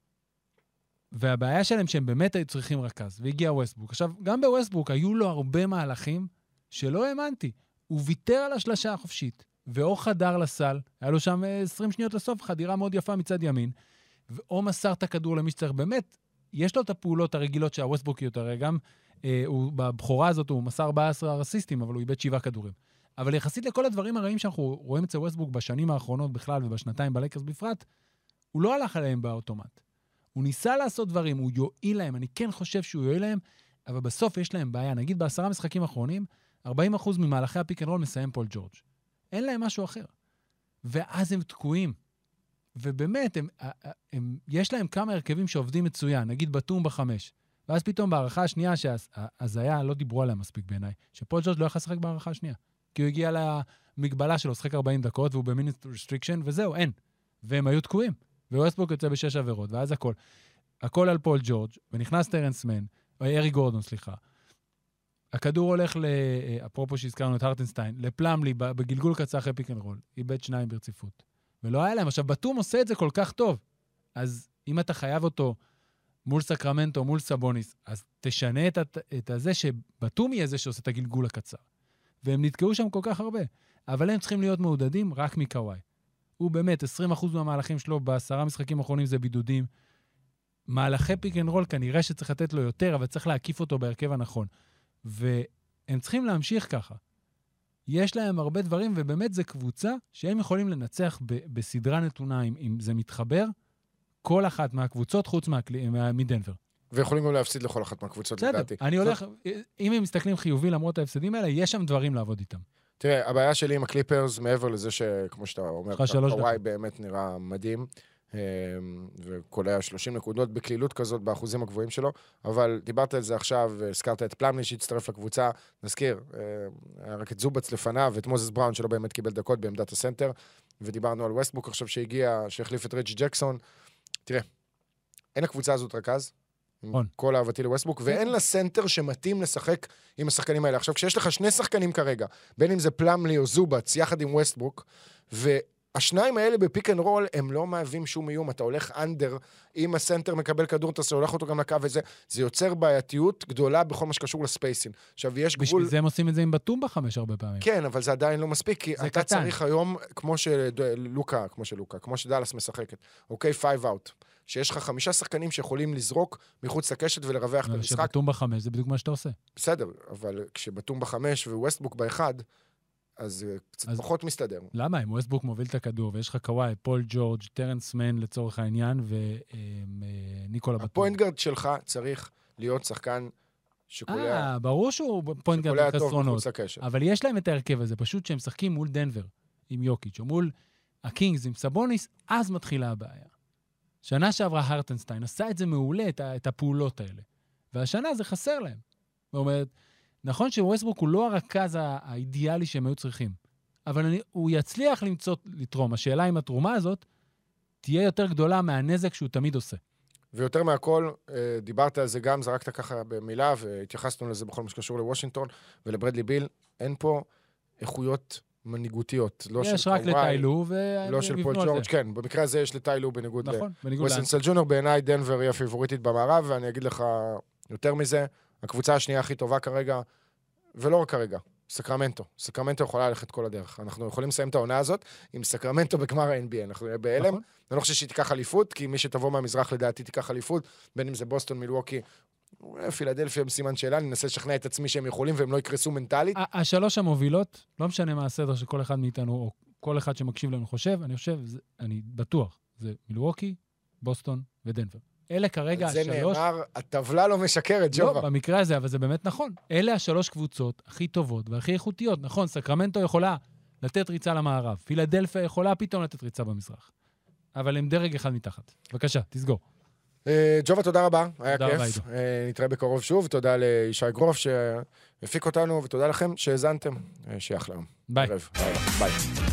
והבעיה שלהם שהם באמת היו צריכים רכז, והגיע ווסטברוק. עכשיו, גם בווסטברוק היו לו הרבה מהלכים שלא האמנתי. הוא ויתר על השלשה החופשית, ואו חדר לסל, היה לו שם 20 שניות לסוף, חדירה מאוד יפה מצד ימין, ואו מסר את הכדור למי שצריך. באמת, יש לו את הפעולות הרגילות שהווסטברוק יותר, גם בבחורה הזאת הוא מסר 14 אסיסטים, אבל הוא איבד 7 כדורים. אבל יחסית לכל הדברים הרעים שאנחנו רואים אצל ווסטברוק בשנים האחרונות בכלל, ובשנתיים בלייקרס בפרט, הוא לא הלך עליהם באוטומט. הוא ניסה לעשות דברים, הוא יועיל להם, אני כן חושב שהוא יועיל להם, אבל בסוף יש להם בעיה. נגיד ב10 משחקים האחרונים, 40% ממהלכי הפיק אנד רול מסיים פול ג'ורג'. אין להם משהו אחר. ואז הם תקועים. ובאמת, יש להם כמה הרכבים שעובדים מצוין, נגיד בטום ב5. ואז פתאום בהערכה השנייה, אז היה, לא דיברו עליהם מספיק בעיניי, שפול ג'ורג' לא יכול לשחק בהערכה השנייה. כי הוא הגיע למגבלה שלו, שחק 40 דקות, והוא במיניט רסטריקשן, וזהו, אין. והם היו תקועים. וווסטברוק יוצא ב6 עבירות, ואז הכל על פול ג'ורג', ונכנס טרנס מן, או ארי גורדון, סליחה. הכדור הולך אפרופו שהזכרנו את הרטנסטיין, לפלמלי, בגלגול קצר אחרי פיק אנד רול, איבד 2 ברציפות. ולא היה להם. עכשיו, בטום עושה את זה כל כך טוב, אז אם אתה חייב אותו מול סקרמנטו, מול סבוניס, אז תשנה את הזה שבטום יהיה זה שעושה את הגלגול הקצר. והם נתקעו שם כל כך הרבה. אבל הם צריכים להיות מעודדים רק מקוואי. הוא באמת, 20% מהמהלכים שלו ב10 משחקים האחרונים זה בידודים. מהלכי פיק אנד רול כנראה שצריך לתת לו יותר, אבל צריך להקיף אותו בהרכב הנכון. והם צריכים להמשיך ככה. יש להם הרבה דברים, ובאמת זה קבוצה שהם יכולים לנצח בסדרה נתונה, אם זה מתחבר, כל אחת מהקבוצות חוץ מדנבר. ויכולים גם להפסיד לכל אחת מהקבוצות, לדעתי. אני הולך, אם הם מסתכלים חיובי למרות ההפסדים האלה, יש שם דברים לעבוד איתם. תראה, הבעיה שלי עם הקליפרס, מעבר לזה שכמו שאתה אומר, קוואי באמת נראה מדהים, וקולע 30 נקודות בקלילות כזאת באחוזים הגבוהים שלו, אבל דיברת על זה עכשיו, הזכרת את פלמלי שהצטרף לקבוצה, נזכיר, רק את זובץ לפניו, ואת מוזס בראון שלא באמת קיבל דקות בעמדת הסנטר, ודיברנו על ווסטברוק עכשיו שהגיע, שהחליף את רג'י ג'קסון. תראה, אין הקבוצה הזאת רכז, עם כל אהבתי לווסטברוק, ואין לה סנטר שמתאים לשחק עם השחקנים האלה. עכשיו, כשיש לך שני שחקנים כרגע, בין אם זה פלמלי או זובץ, יחד עם ווסטברוק, והשניים האלה בפיק אנד רול, הם לא מהווים שום איום. אתה הולך אנדר, אם הסנטר מקבל כדור, אתה הולך אותו גם לקו וזה, זה יוצר בעייתיות גדולה בכל מה שקשור לספייסין. עכשיו, יש גבול... בשביל זה הם עושים את זה עם בטום ב5 הרבה פעמים. כן, אבל זה עדיין לא מספיק, כי אתה צריך היום, כמו שדלס משחקת, אוקיי, 5 out. שיש לך 5 שחקנים שיכולים לזרוק מחוץ לקשת ולרווח את המשחק. שבתום ב5, זה בדיוק מה שאתה עושה. בסדר, אבל כשבתום ב5 וווסטבוק ב1, אז זה קצת פחות מסתדר. למה? אם ווסטבוק מוביל את הכדור, ויש לך קוואי, פול ג'ורג', טרנס מן לצורך העניין, וניקולה בטור. הפוינט-גארד שלך צריך להיות שחקן שקולע... ברור שהוא פוינט-גארד בחסרונות. אבל יש להם את ההרכב הזה, פשוט שהם משחקים מול דנבר, עם יוקיץ', או מול הקינגס, עם סבוניס, אז מתחילה הבעיה. שנה שעברה הרטנסטיין עשה את זה מעולה, את הפעולות האלה. והשנה זה חסר להם. זאת אומרת, נכון שווסטברוק הוא לא הרכז האידיאלי שהם היו צריכים, אבל הוא יצליח לתרום. השאלה אם התרומה הזאת תהיה יותר גדולה מהנזק שהוא תמיד עושה. ויותר מהכל, דיברת על זה גם, זרקת ככה במילה, והתייחסנו לזה בכל מה שקשור לוושינגטון ולברדלי ביל. אין פה איכויות מנהיגותיות. יש רק לטיילו, לא של פול ג'ורג', כן. במקרה הזה יש לטיילו בניגוד לווסטנסל ג'ונר. בעיניי דנבר היא הפיבוריטית במערב, ואני אגיד לך יותר מזה, הקבוצה השנייה הכי טובה כרגע, ולא רק כרגע, סקרמנטו. סקרמנטו יכולה ללכת כל הדרך. אנחנו יכולים לסיים את העונה הזאת עם סקרמנטו בגמר ה-NBA. אנחנו נהיה בהלם. אני לא חושב שהיא תיקח אליפות, כי מי שתבוא מהמזרח לדעתי תיקח אליפות, בין אם זה בוסטון, מילווקי, פילדלפיה בסימן שאלה, אני אנסה לשכנע את עצמי שהם יכולים והם לא יקרסו מנטלית. השלוש המובילות, לא משנה מה הסדר שכל אחד מאיתנו, או כל אחד שמקשיב לנו חושב, אני בטוח, זה מילווקי, בוסטון ודנבר. אלה כרגע זה נאמר, הטבלה לא משקרת, ג'ובה. לא, במקרה הזה, אבל זה באמת נכון. אלה השלוש קבוצות הכי טובות והכי איכותיות. נכון, סקרמנטו יכולה לתת ריצה למערב. פילדלפיה יכולה פתאום לתת ריצה במזרח. אבל הם דרג אחד מתחת. בבקשה, תסגור. ג'ובה, תודה רבה. היה כיף. נתראה בקרוב שוב. תודה לישי גרוף שהפיק אותנו, ותודה לכם שהזנתם. שיהיה אחלה. ביי. ביי.